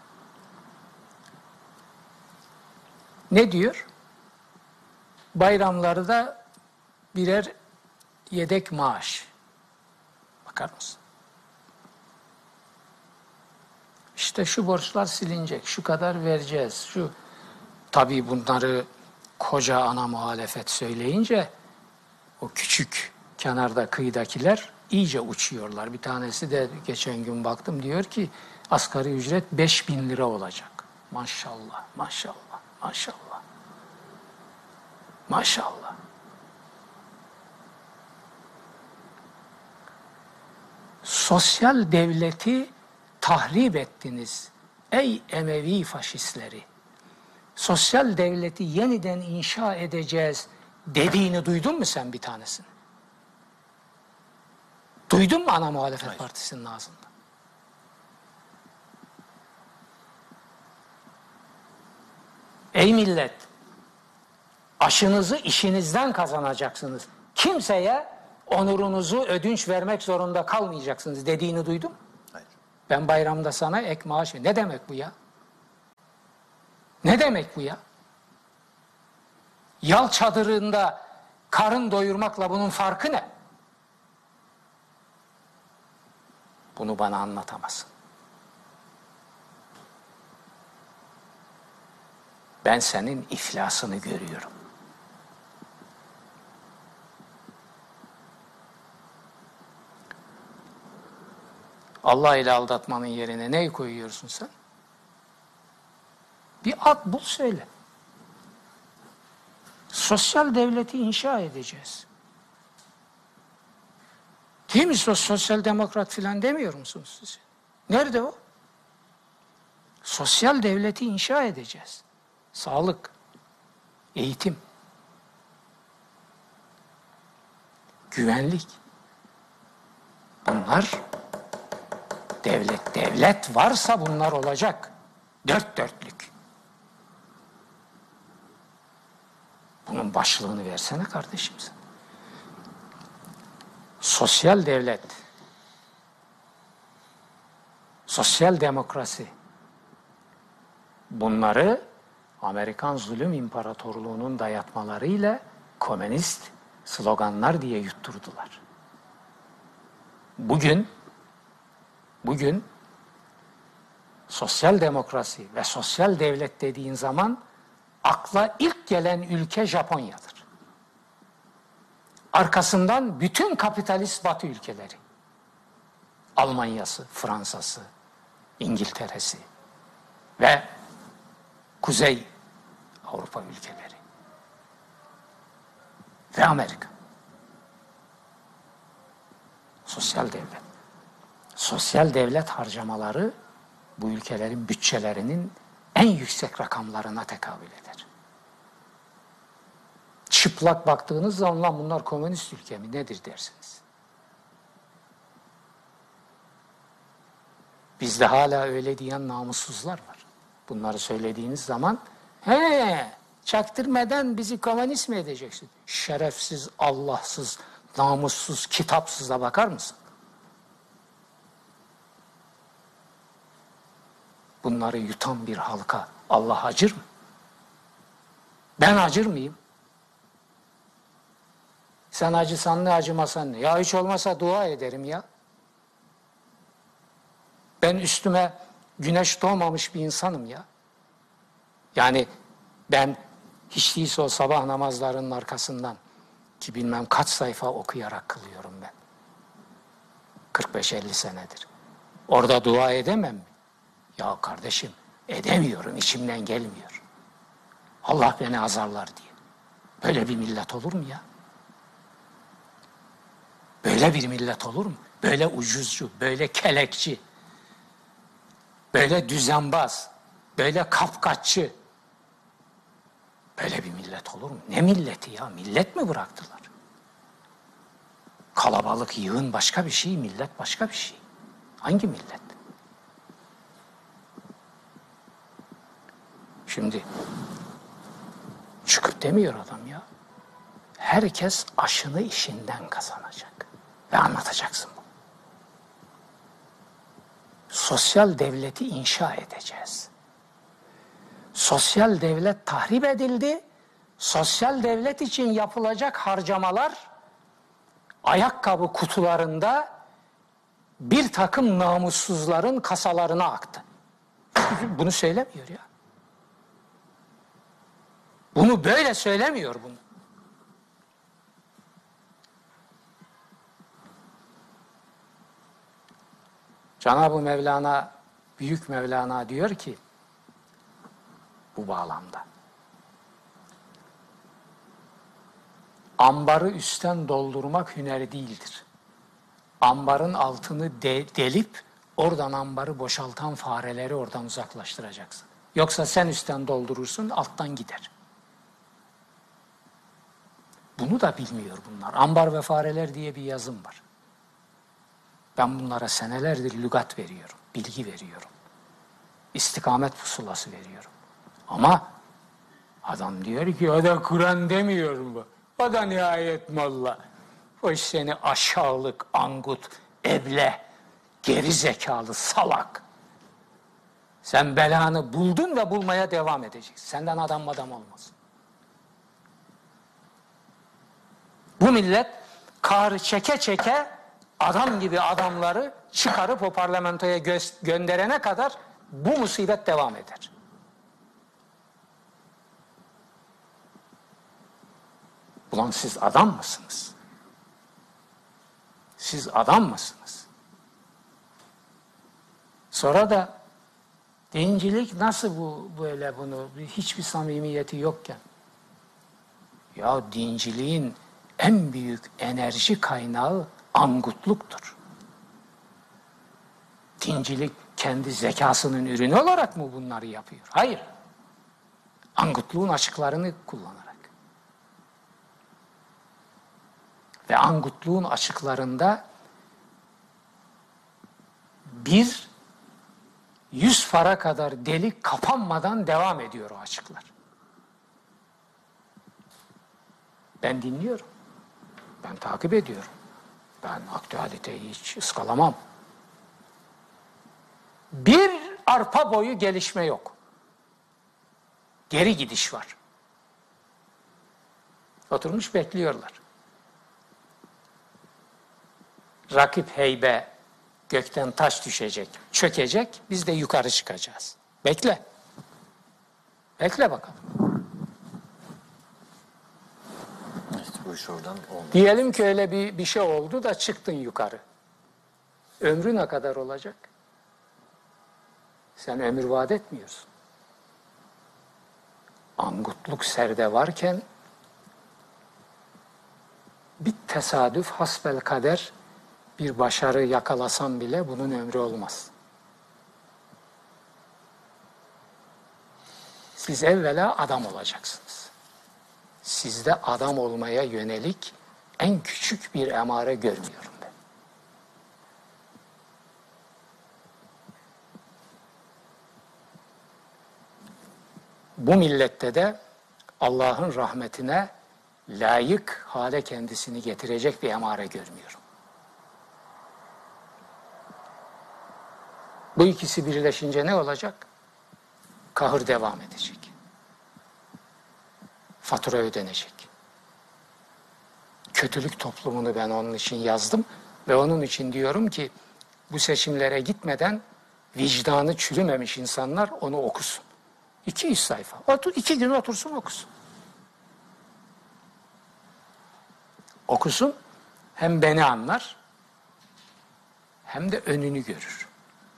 Ne diyor? Bayramları da birer yedek maaş. Bakar mısın? İşte şu borçlar silinecek, şu kadar vereceğiz, şu... Tabii bunları koca ana muhalefet söyleyince o küçük kenarda kıyıdakiler iyice uçuyorlar. Bir tanesi de geçen gün baktım diyor ki asgari ücret 5.000 lira olacak. Maşallah, maşallah, maşallah. Maşallah. Sosyal devleti tahrip ettiniz ey Emevi faşistleri. Sosyal devleti yeniden inşa edeceğiz dediğini duydun mu sen bir tanesini? Duydun mu ana muhalefet Hayır. partisinin ağzından? Ey millet, aşınızı işinizden kazanacaksınız. Kimseye onurunuzu ödünç vermek zorunda kalmayacaksınız dediğini duydum. Hayır. Ben bayramda sana ek maaş... Ne demek bu ya? Ne demek bu ya? Yal çadırında karın doyurmakla bunun farkı ne? Bunu bana anlatamazsın. Ben senin iflasını görüyorum. Allah ile aldatmanın yerine neyi koyuyorsun sen? Bir ad bul söyle. Sosyal devleti inşa edeceğiz. Değil mi? Sosyal demokrat filan demiyor musunuz siz? Nerede o? Sosyal devleti inşa edeceğiz. Sağlık, eğitim, güvenlik. Bunlar devlet varsa bunlar olacak. Dört dörtlük. Bunun başlığını versene kardeşim sen. Sosyal devlet, sosyal demokrasi, bunları Amerikan zulüm imparatorluğunun dayatmalarıyla komünist sloganlar diye yutturdular. Bugün sosyal demokrasi ve sosyal devlet dediğin zaman akla ilk gelen ülke Japonya'dır. Arkasından bütün kapitalist Batı ülkeleri. Almanya'sı, Fransa'sı, İngiltere'si ve Kuzey Avrupa ülkeleri ve Amerika. Sosyal devlet. Sosyal devlet harcamaları bu ülkelerin bütçelerinin en yüksek rakamlarına tekabül eder. Çıplak baktığınız zaman lan bunlar komünist ülke mi nedir dersiniz. Bizde hala öyle diyen namussuzlar var. Bunları söylediğiniz zaman çaktırmadan bizi komünist mi edeceksin? Şerefsiz, Allahsız, namussuz, kitapsıza bakar mısın? Bunları yutan bir halka Allah acır mı? Ben acır mıyım? Sen acısan ne, acımasan ne? Ya hiç olmasa dua ederim ya. Ben üstüme güneş doğmamış bir insanım ya. Yani ben hiç değilse o sabah namazlarının arkasından ki bilmem kaç sayfa okuyarak kılıyorum ben. 45-50 senedir. Orada dua edemem mi? Ya kardeşim edemiyorum, içimden gelmiyor. Allah beni azarlar diye. Böyle bir millet olur mu ya? Böyle bir millet olur mu? böyle ucuzcu, böyle kelekçi, böyle düzenbaz, böyle kapkaççı. Böyle bir millet olur mu? Ne milleti ya? Millet mi bıraktılar? Kalabalık, yığın başka bir şey, millet başka bir şey. Hangi millet? Şimdi çıkıp demiyor adam ya. Herkes aşını işinden kazanacak. Ve anlatacaksın bunu. Sosyal devleti inşa edeceğiz. Sosyal devlet tahrip edildi. Sosyal devlet için yapılacak harcamalar ayakkabı kutularında bir takım namussuzların kasalarına aktı. Bunu söylemiyor ya. Bunu böyle söylemiyor bunu. Cenab-ı Mevlana, Büyük Mevlana diyor ki bu bağlamda ambarı üstten doldurmak hüner değildir. Ambarın altını delip oradan ambarı boşaltan fareleri oradan uzaklaştıracaksın. Yoksa sen üstten doldurursun, alttan gider. Bunu da bilmiyor bunlar. Ambar ve fareler diye bir yazım var. Ben bunlara senelerdir lügat veriyorum, bilgi veriyorum. İstikamet pusulası veriyorum. Ama adam diyor ki o da Kur'an demiyor mu? O da nihayet molla. O iş seni aşağılık, angut, eble, geri zekalı, salak. Sen belanı buldun ve bulmaya devam edeceksin. Senden adam olmaz. Bu millet kahrı çeke çeke adam gibi adamları çıkarıp o parlamentoya gönderene kadar bu musibet devam eder. Ulan siz adam mısınız? Siz adam mısınız? Sonra da dincilik nasıl böyle bunu hiçbir samimiyeti yokken? Ya dinciliğin en büyük enerji kaynağı angutluktur. Dincilik kendi zekasının ürünü olarak mı bunları yapıyor? Hayır. Angutluğun açıklarını kullanarak. Ve angutluğun açıklarında 100 fara kadar delik kapanmadan devam ediyor o açıklar. Ben dinliyorum. Ben takip ediyorum. Ben aktüeliteyi hiç ıskalamam. Bir arpa boyu gelişme yok. Geri gidiş var. Oturmuş bekliyorlar. Rakip heybe gökten taş düşecek, çökecek, biz de yukarı çıkacağız. Bekle. Bekle bakalım. Evet, bu iş oradan olmuyor. Diyelim ki öyle bir şey oldu da çıktın yukarı. Ömrü ne kadar olacak? Sen ömür vaat etmiyorsun. Angutluk serde varken bir tesadüf hasbelkader bir başarı yakalasam bile bunun ömrü olmaz. Siz evvela adam olacaksınız. Sizde adam olmaya yönelik en küçük bir emare görmüyorum ben. Bu millette de Allah'ın rahmetine layık hale kendisini getirecek bir emare görmüyorum. Bu ikisi birleşince ne olacak? Kahır devam edecek. Fatura ödenecek. Kötülük toplumunu ben onun için yazdım ve onun için diyorum ki bu seçimlere gitmeden vicdanı çürümemiş insanlar onu okusun. 200 sayfa. 2 gün otursun okusun. Okusun, hem beni anlar hem de önünü görür.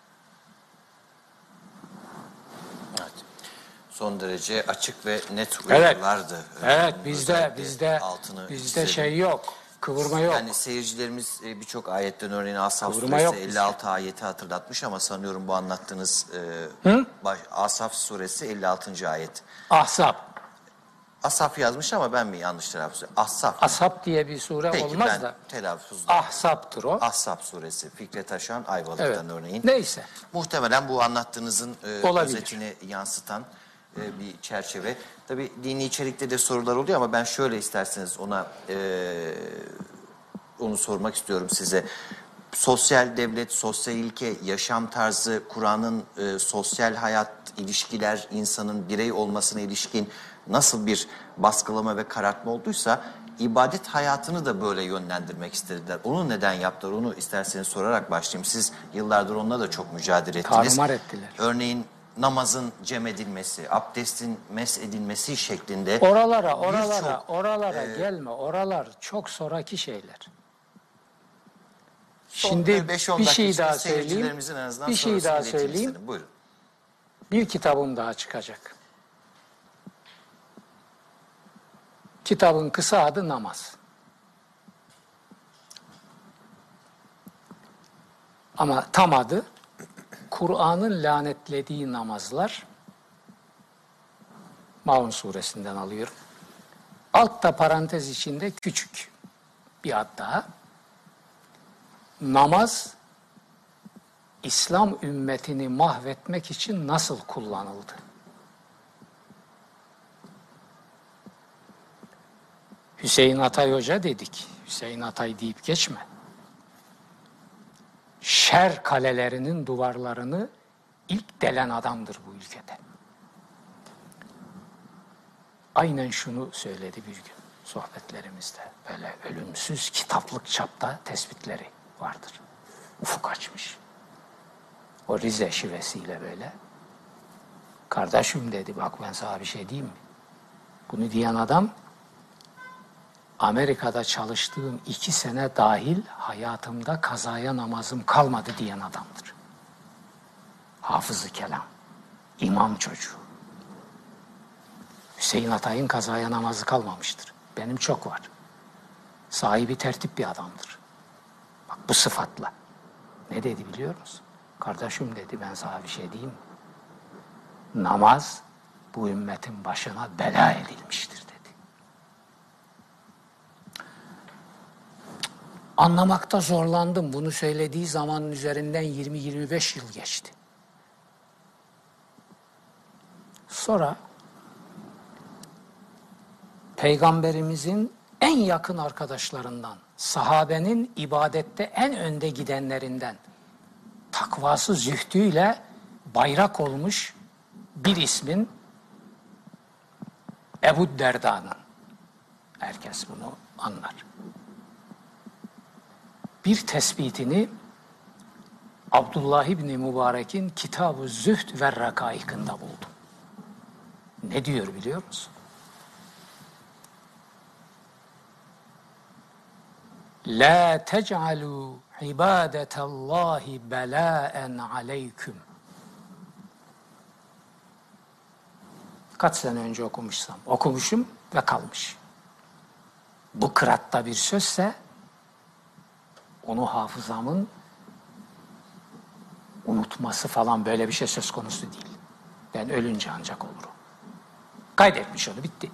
Evet. Son derece açık ve net uyarılardı. Evet, bizde şey yok. Kıvırma yok. Yani seyircilerimiz birçok ayetten örneğin Asaf Kıvırma yok suresi bizde. 56 ayeti hatırlatmış ama sanıyorum bu anlattığınız Asaf suresi 56. ayet. Ahzab. Asaf yazmış ama ben mi yanlış telaffuz ediyorum? Asaf. Ashab diye bir sure Peki olmaz ben da. telaffuzda. Ahzap'tır o. Ahzab suresi Fikret Aşan Ayvalık'tan Evet. örneğin. Neyse. Muhtemelen bu anlattığınızın Olabilir. özetini yansıtan bir çerçeve. Tabii dini içerikte de sorular oluyor ama ben şöyle isterseniz onu sormak istiyorum size. Sosyal devlet, sosyal ilke, yaşam tarzı, Kur'an'ın sosyal hayat, ilişkiler, insanın birey olmasına ilişkin nasıl bir baskılama ve karartma olduysa ibadet hayatını da böyle yönlendirmek istediler. Onu neden yaptılar? Onu isterseniz sorarak başlayayım. Siz yıllardır onunla da çok mücadele ettiniz. Tarumar ettiler. Örneğin namazın cem edilmesi, abdestin mes edilmesi şeklinde Oralara gelme. Oralar çok sonraki şeyler. Son Şimdi 5-10 bir dakika şey içinde daha söyleyeyim. seyircilerimizin en azından Bir şey sorusunu daha ileteyim söyleyeyim. istedim. Buyurun. Bir kitabım daha çıkacak. Kitabın kısa adı Namaz. Ama tam adı Kur'an'ın lanetlediği namazlar. Maun suresinden alıyorum. Altta parantez içinde küçük bir ad daha. Namaz İslam ümmetini mahvetmek için nasıl kullanıldı? Hüseyin Atay Hoca dedik. Hüseyin Atay deyip geçme. Şer kalelerinin duvarlarını ilk delen adamdır bu ülkede. Aynen şunu söyledi bir gün sohbetlerimizde. Böyle ölümsüz kitaplık çapta tespitleri vardır. Ufuk açmış. O Rize şivesiyle böyle. Kardeşim dedi, bak ben sana bir şey diyeyim mi? Bunu diyen adam Amerika'da çalıştığım 2 sene dahil hayatımda kazaya namazım kalmadı diyen adamdır. Hafız-ı kelam, imam çocuğu. Hüseyin Atay'ın kazaya namazı kalmamıştır. Benim çok var. Sahibi tertip bir adamdır. Bak bu sıfatla. Ne dedi biliyor musun? Kardeşim dedi, ben sana bir şey diyeyim mi? Namaz bu ümmetin başına bela edilmiştir dedi. Anlamakta zorlandım. Bunu söylediği zamanın üzerinden 20-25 yıl geçti. Sonra Peygamberimizin en yakın arkadaşlarından, sahabenin ibadette en önde gidenlerinden, takvası zühdüyle bayrak olmuş bir ismin Ebu Derda'nın. Herkes bunu anlar. Bir tespitini Abdullah İbni Mübarek'in Kitab-ı Zühd ve Rakaik'ında buldum. Ne diyor biliyor musun? La tec'alû ibadetallahi belâen aleyküm. Kaç sene önce okumuşum ve kalmış. Bu kıraatta bir sözse onu hafızamın unutması falan böyle bir şey söz konusu değil. Ben ölünce ancak olur o. Kaydetmiş onu, bitti.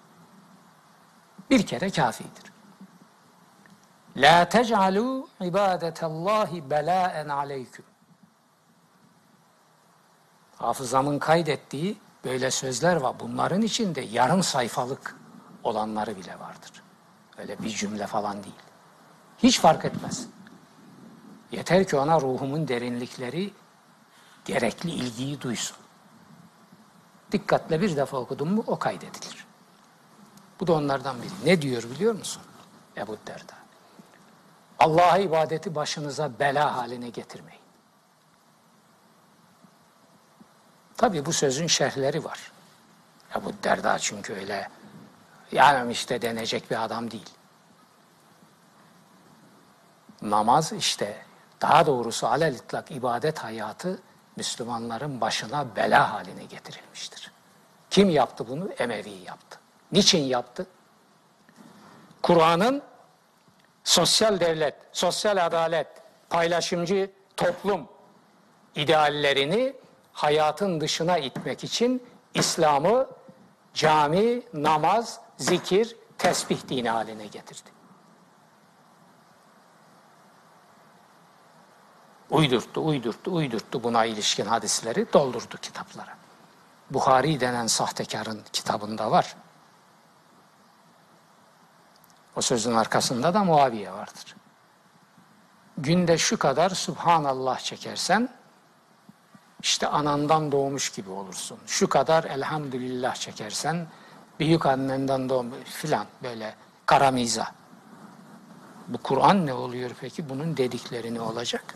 Bir kere kafidir. La tec'alû ibadetallahi belâen aleyküm. Hafızamın kaydettiği böyle sözler var. Bunların içinde yarım sayfalık olanları bile vardır. Öyle bir cümle falan değil. Hiç fark etmez. Yeter ki ona ruhumun derinlikleri gerekli ilgiyi duysun. Dikkatle bir defa okudum mu o kaydedilir. Bu da onlardan biri. Ne diyor biliyor musun? Ebu Derda. Allah'a ibadeti başınıza bela haline getirmeyin. Tabii bu sözün şerhleri var. Ebu Derda çünkü öyle yani işte denecek bir adam değil. Namaz işte daha doğrusu alel itlak ibadet hayatı Müslümanların başına bela haline getirilmiştir. Kim yaptı bunu? Emevi yaptı. Niçin yaptı? Kur'an'ın sosyal devlet, sosyal adalet, paylaşımcı toplum ideallerini hayatın dışına itmek için İslam'ı cami, namaz, zikir, tesbih dini haline getirdi. Uydurttu buna ilişkin hadisleri doldurdu kitaplara. Buhari denen sahtekarın kitabında var. O sözün arkasında da Muaviye vardır. Günde şu kadar Subhanallah çekersen işte anandan doğmuş gibi olursun. Şu kadar Elhamdülillah çekersen büyük annenden doğmuş filan böyle karamiza. Bu Kur'an ne oluyor peki? Bunun dedikleri ne olacak?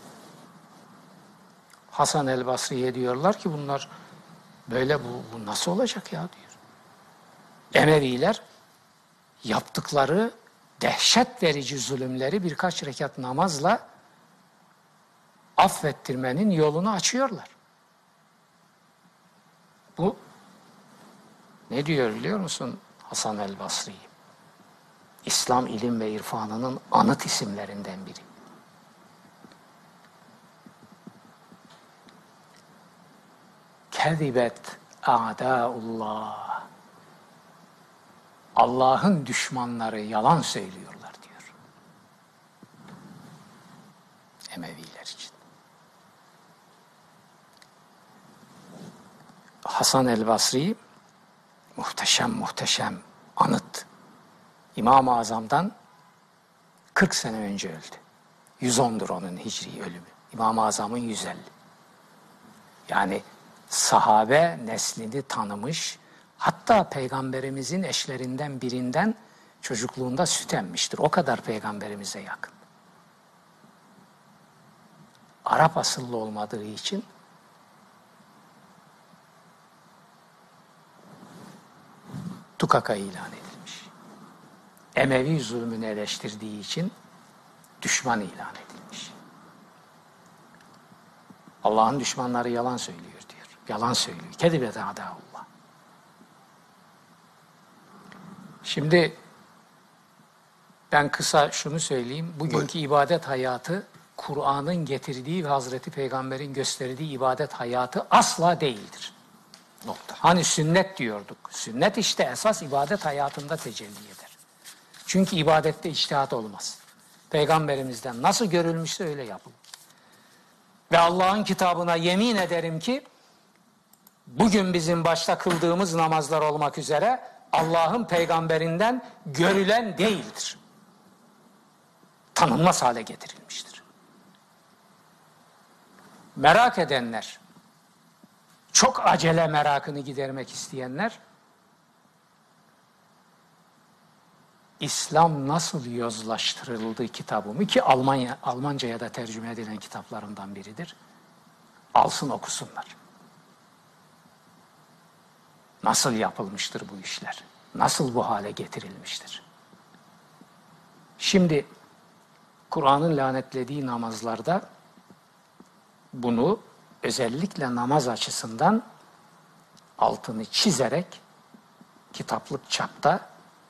Hasan el Basri'ye diyorlar ki bunlar böyle bu nasıl olacak ya diyor. Emeviler yaptıkları dehşet verici zulümleri birkaç rekat namazla affettirmenin yolunu açıyorlar. Bu ne diyor biliyor musun Hasan el Basri? İslam ilim ve irfanının anıt isimlerinden biri. Kezibet a'daullah. Allah'ın düşmanları yalan söylüyorlar diyor. Emeviler için. Hasan el Basri muhteşem anıt. İmam-ı Azam'dan 40 sene önce öldü. 110'dur onun hicri ölümü. İmam-ı Azam'ın 150. Yani sahabe neslini tanımış, hatta peygamberimizin eşlerinden birinden çocukluğunda süt emmiştir. O kadar peygamberimize yakın. Arap asıllı olmadığı için tukaka ilan edilmiş. Emevi zulmünü eleştirdiği için düşman ilan edilmiş. Allah'ın düşmanları yalan söylüyor diyor. Yalan söylüyor. Kedibet a'daullah. Şimdi ben kısa şunu söyleyeyim. Bugünkü ibadet hayatı Kur'an'ın getirdiği ve Hazreti Peygamber'in gösterdiği ibadet hayatı asla değildir. Nokta. Hani sünnet diyorduk. Sünnet işte esas ibadet hayatında tecelli eder. Çünkü ibadette içtihat olmaz. Peygamberimizden nasıl görülmüşse öyle yapılır. Ve Allah'ın kitabına yemin ederim ki bugün bizim başta kıldığımız namazlar olmak üzere Allah'ın peygamberinden görülen değildir. Tanınmaz hale getirilmiştir. Merak edenler, çok acele merakını gidermek isteyenler, İslam nasıl yozlaştırıldı kitabımı ki Almanca'ya da tercüme edilen kitaplarından biridir. Alsın okusunlar. Nasıl yapılmıştır bu işler? Nasıl bu hale getirilmiştir? Şimdi Kur'an'ın lanetlediği namazlarda bunu özellikle namaz açısından altını çizerek kitaplık çapta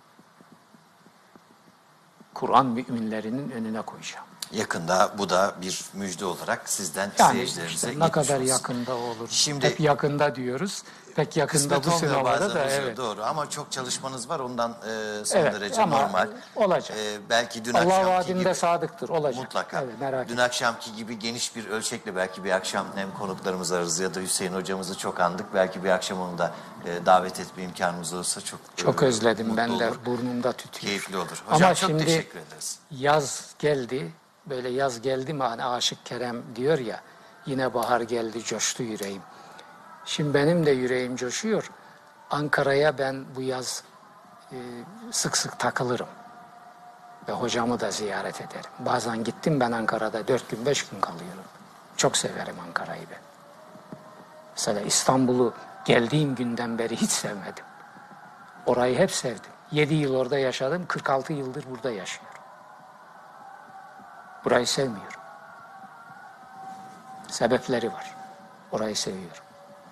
Kur'an müminlerinin önüne koyacağım. Yakında bu da bir müjde olarak sizden Yani izleyicilerimize işte ne kadar olsun. yakında olur. Şimdi, hep yakında diyoruz. Pek yakında bu sınavlarda da evet. evet. Doğru ama çok çalışmanız var ondan son derece ama normal. Olacak. Belki dün Allah akşamki vaadinde gibi sadıktır olacak. mutlaka. Evet, merak Dün etme. akşamki gibi geniş bir ölçekle belki bir akşam hem konuklarımızı ararız ya da Hüseyin hocamızı çok andık. Belki bir akşam onu da davet etme imkanımız olursa çok özledim ben de olur. burnumda tütüyor. Keyifli olur. Hocam ama çok şimdi teşekkür ederiz. yaz geldi. Böyle yaz geldi mi hani Aşık Kerem diyor ya yine bahar geldi coştu yüreğim. Şimdi benim de yüreğim coşuyor. Ankara'ya ben bu yaz sık sık takılırım. Ve hocamı da ziyaret ederim. Bazen gittim ben Ankara'da 4 gün 5 gün kalıyorum. Çok severim Ankara'yı ben. Mesela İstanbul'u geldiğim günden beri hiç sevmedim. Orayı hep sevdim. 7 yıl orada yaşadım. 46 yıldır burada yaşıyorum. Burayı sevmiyorum. Sebepleri var. Orayı seviyorum.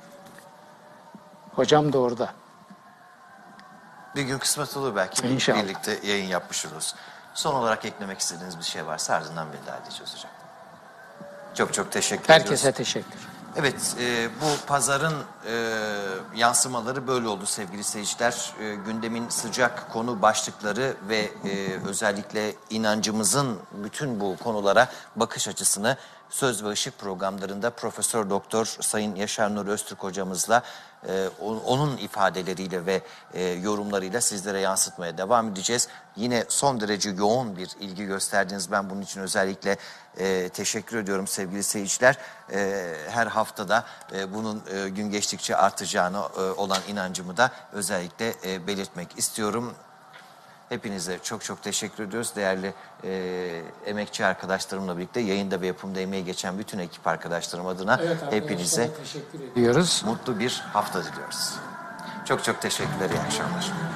Hocam da orada. Bir gün kısmet olur belki. İnşallah. Birlikte yayın yapmış oluruz. Son olarak eklemek istediğiniz bir şey varsa ardından veda edeceğiz hocam. Çok çok teşekkür ediyoruz. Herkese teşekkür. Evet, bu pazarın yansımaları böyle oldu sevgili seyirciler. Gündemin sıcak konu başlıkları ve özellikle inancımızın bütün bu konulara bakış açısını Söz ve Işık programlarında Profesör Doktor Sayın Yaşar Nuri Öztürk hocamızla onun ifadeleriyle ve yorumlarıyla sizlere yansıtmaya devam edeceğiz. Yine son derece yoğun bir ilgi gösterdiniz. Ben bunun için özellikle teşekkür ediyorum sevgili seyirciler. Her haftada bunun gün geçtikçe artacağına olan inancımı da özellikle belirtmek istiyorum. Hepinize çok çok teşekkür ediyoruz. Değerli emekçi arkadaşlarımla birlikte yayında ve yapımda emeği geçen bütün ekip arkadaşlarım adına hepinize teşekkür ediyoruz. mutlu bir hafta diliyoruz. Çok çok teşekkürler, iyi akşamlar.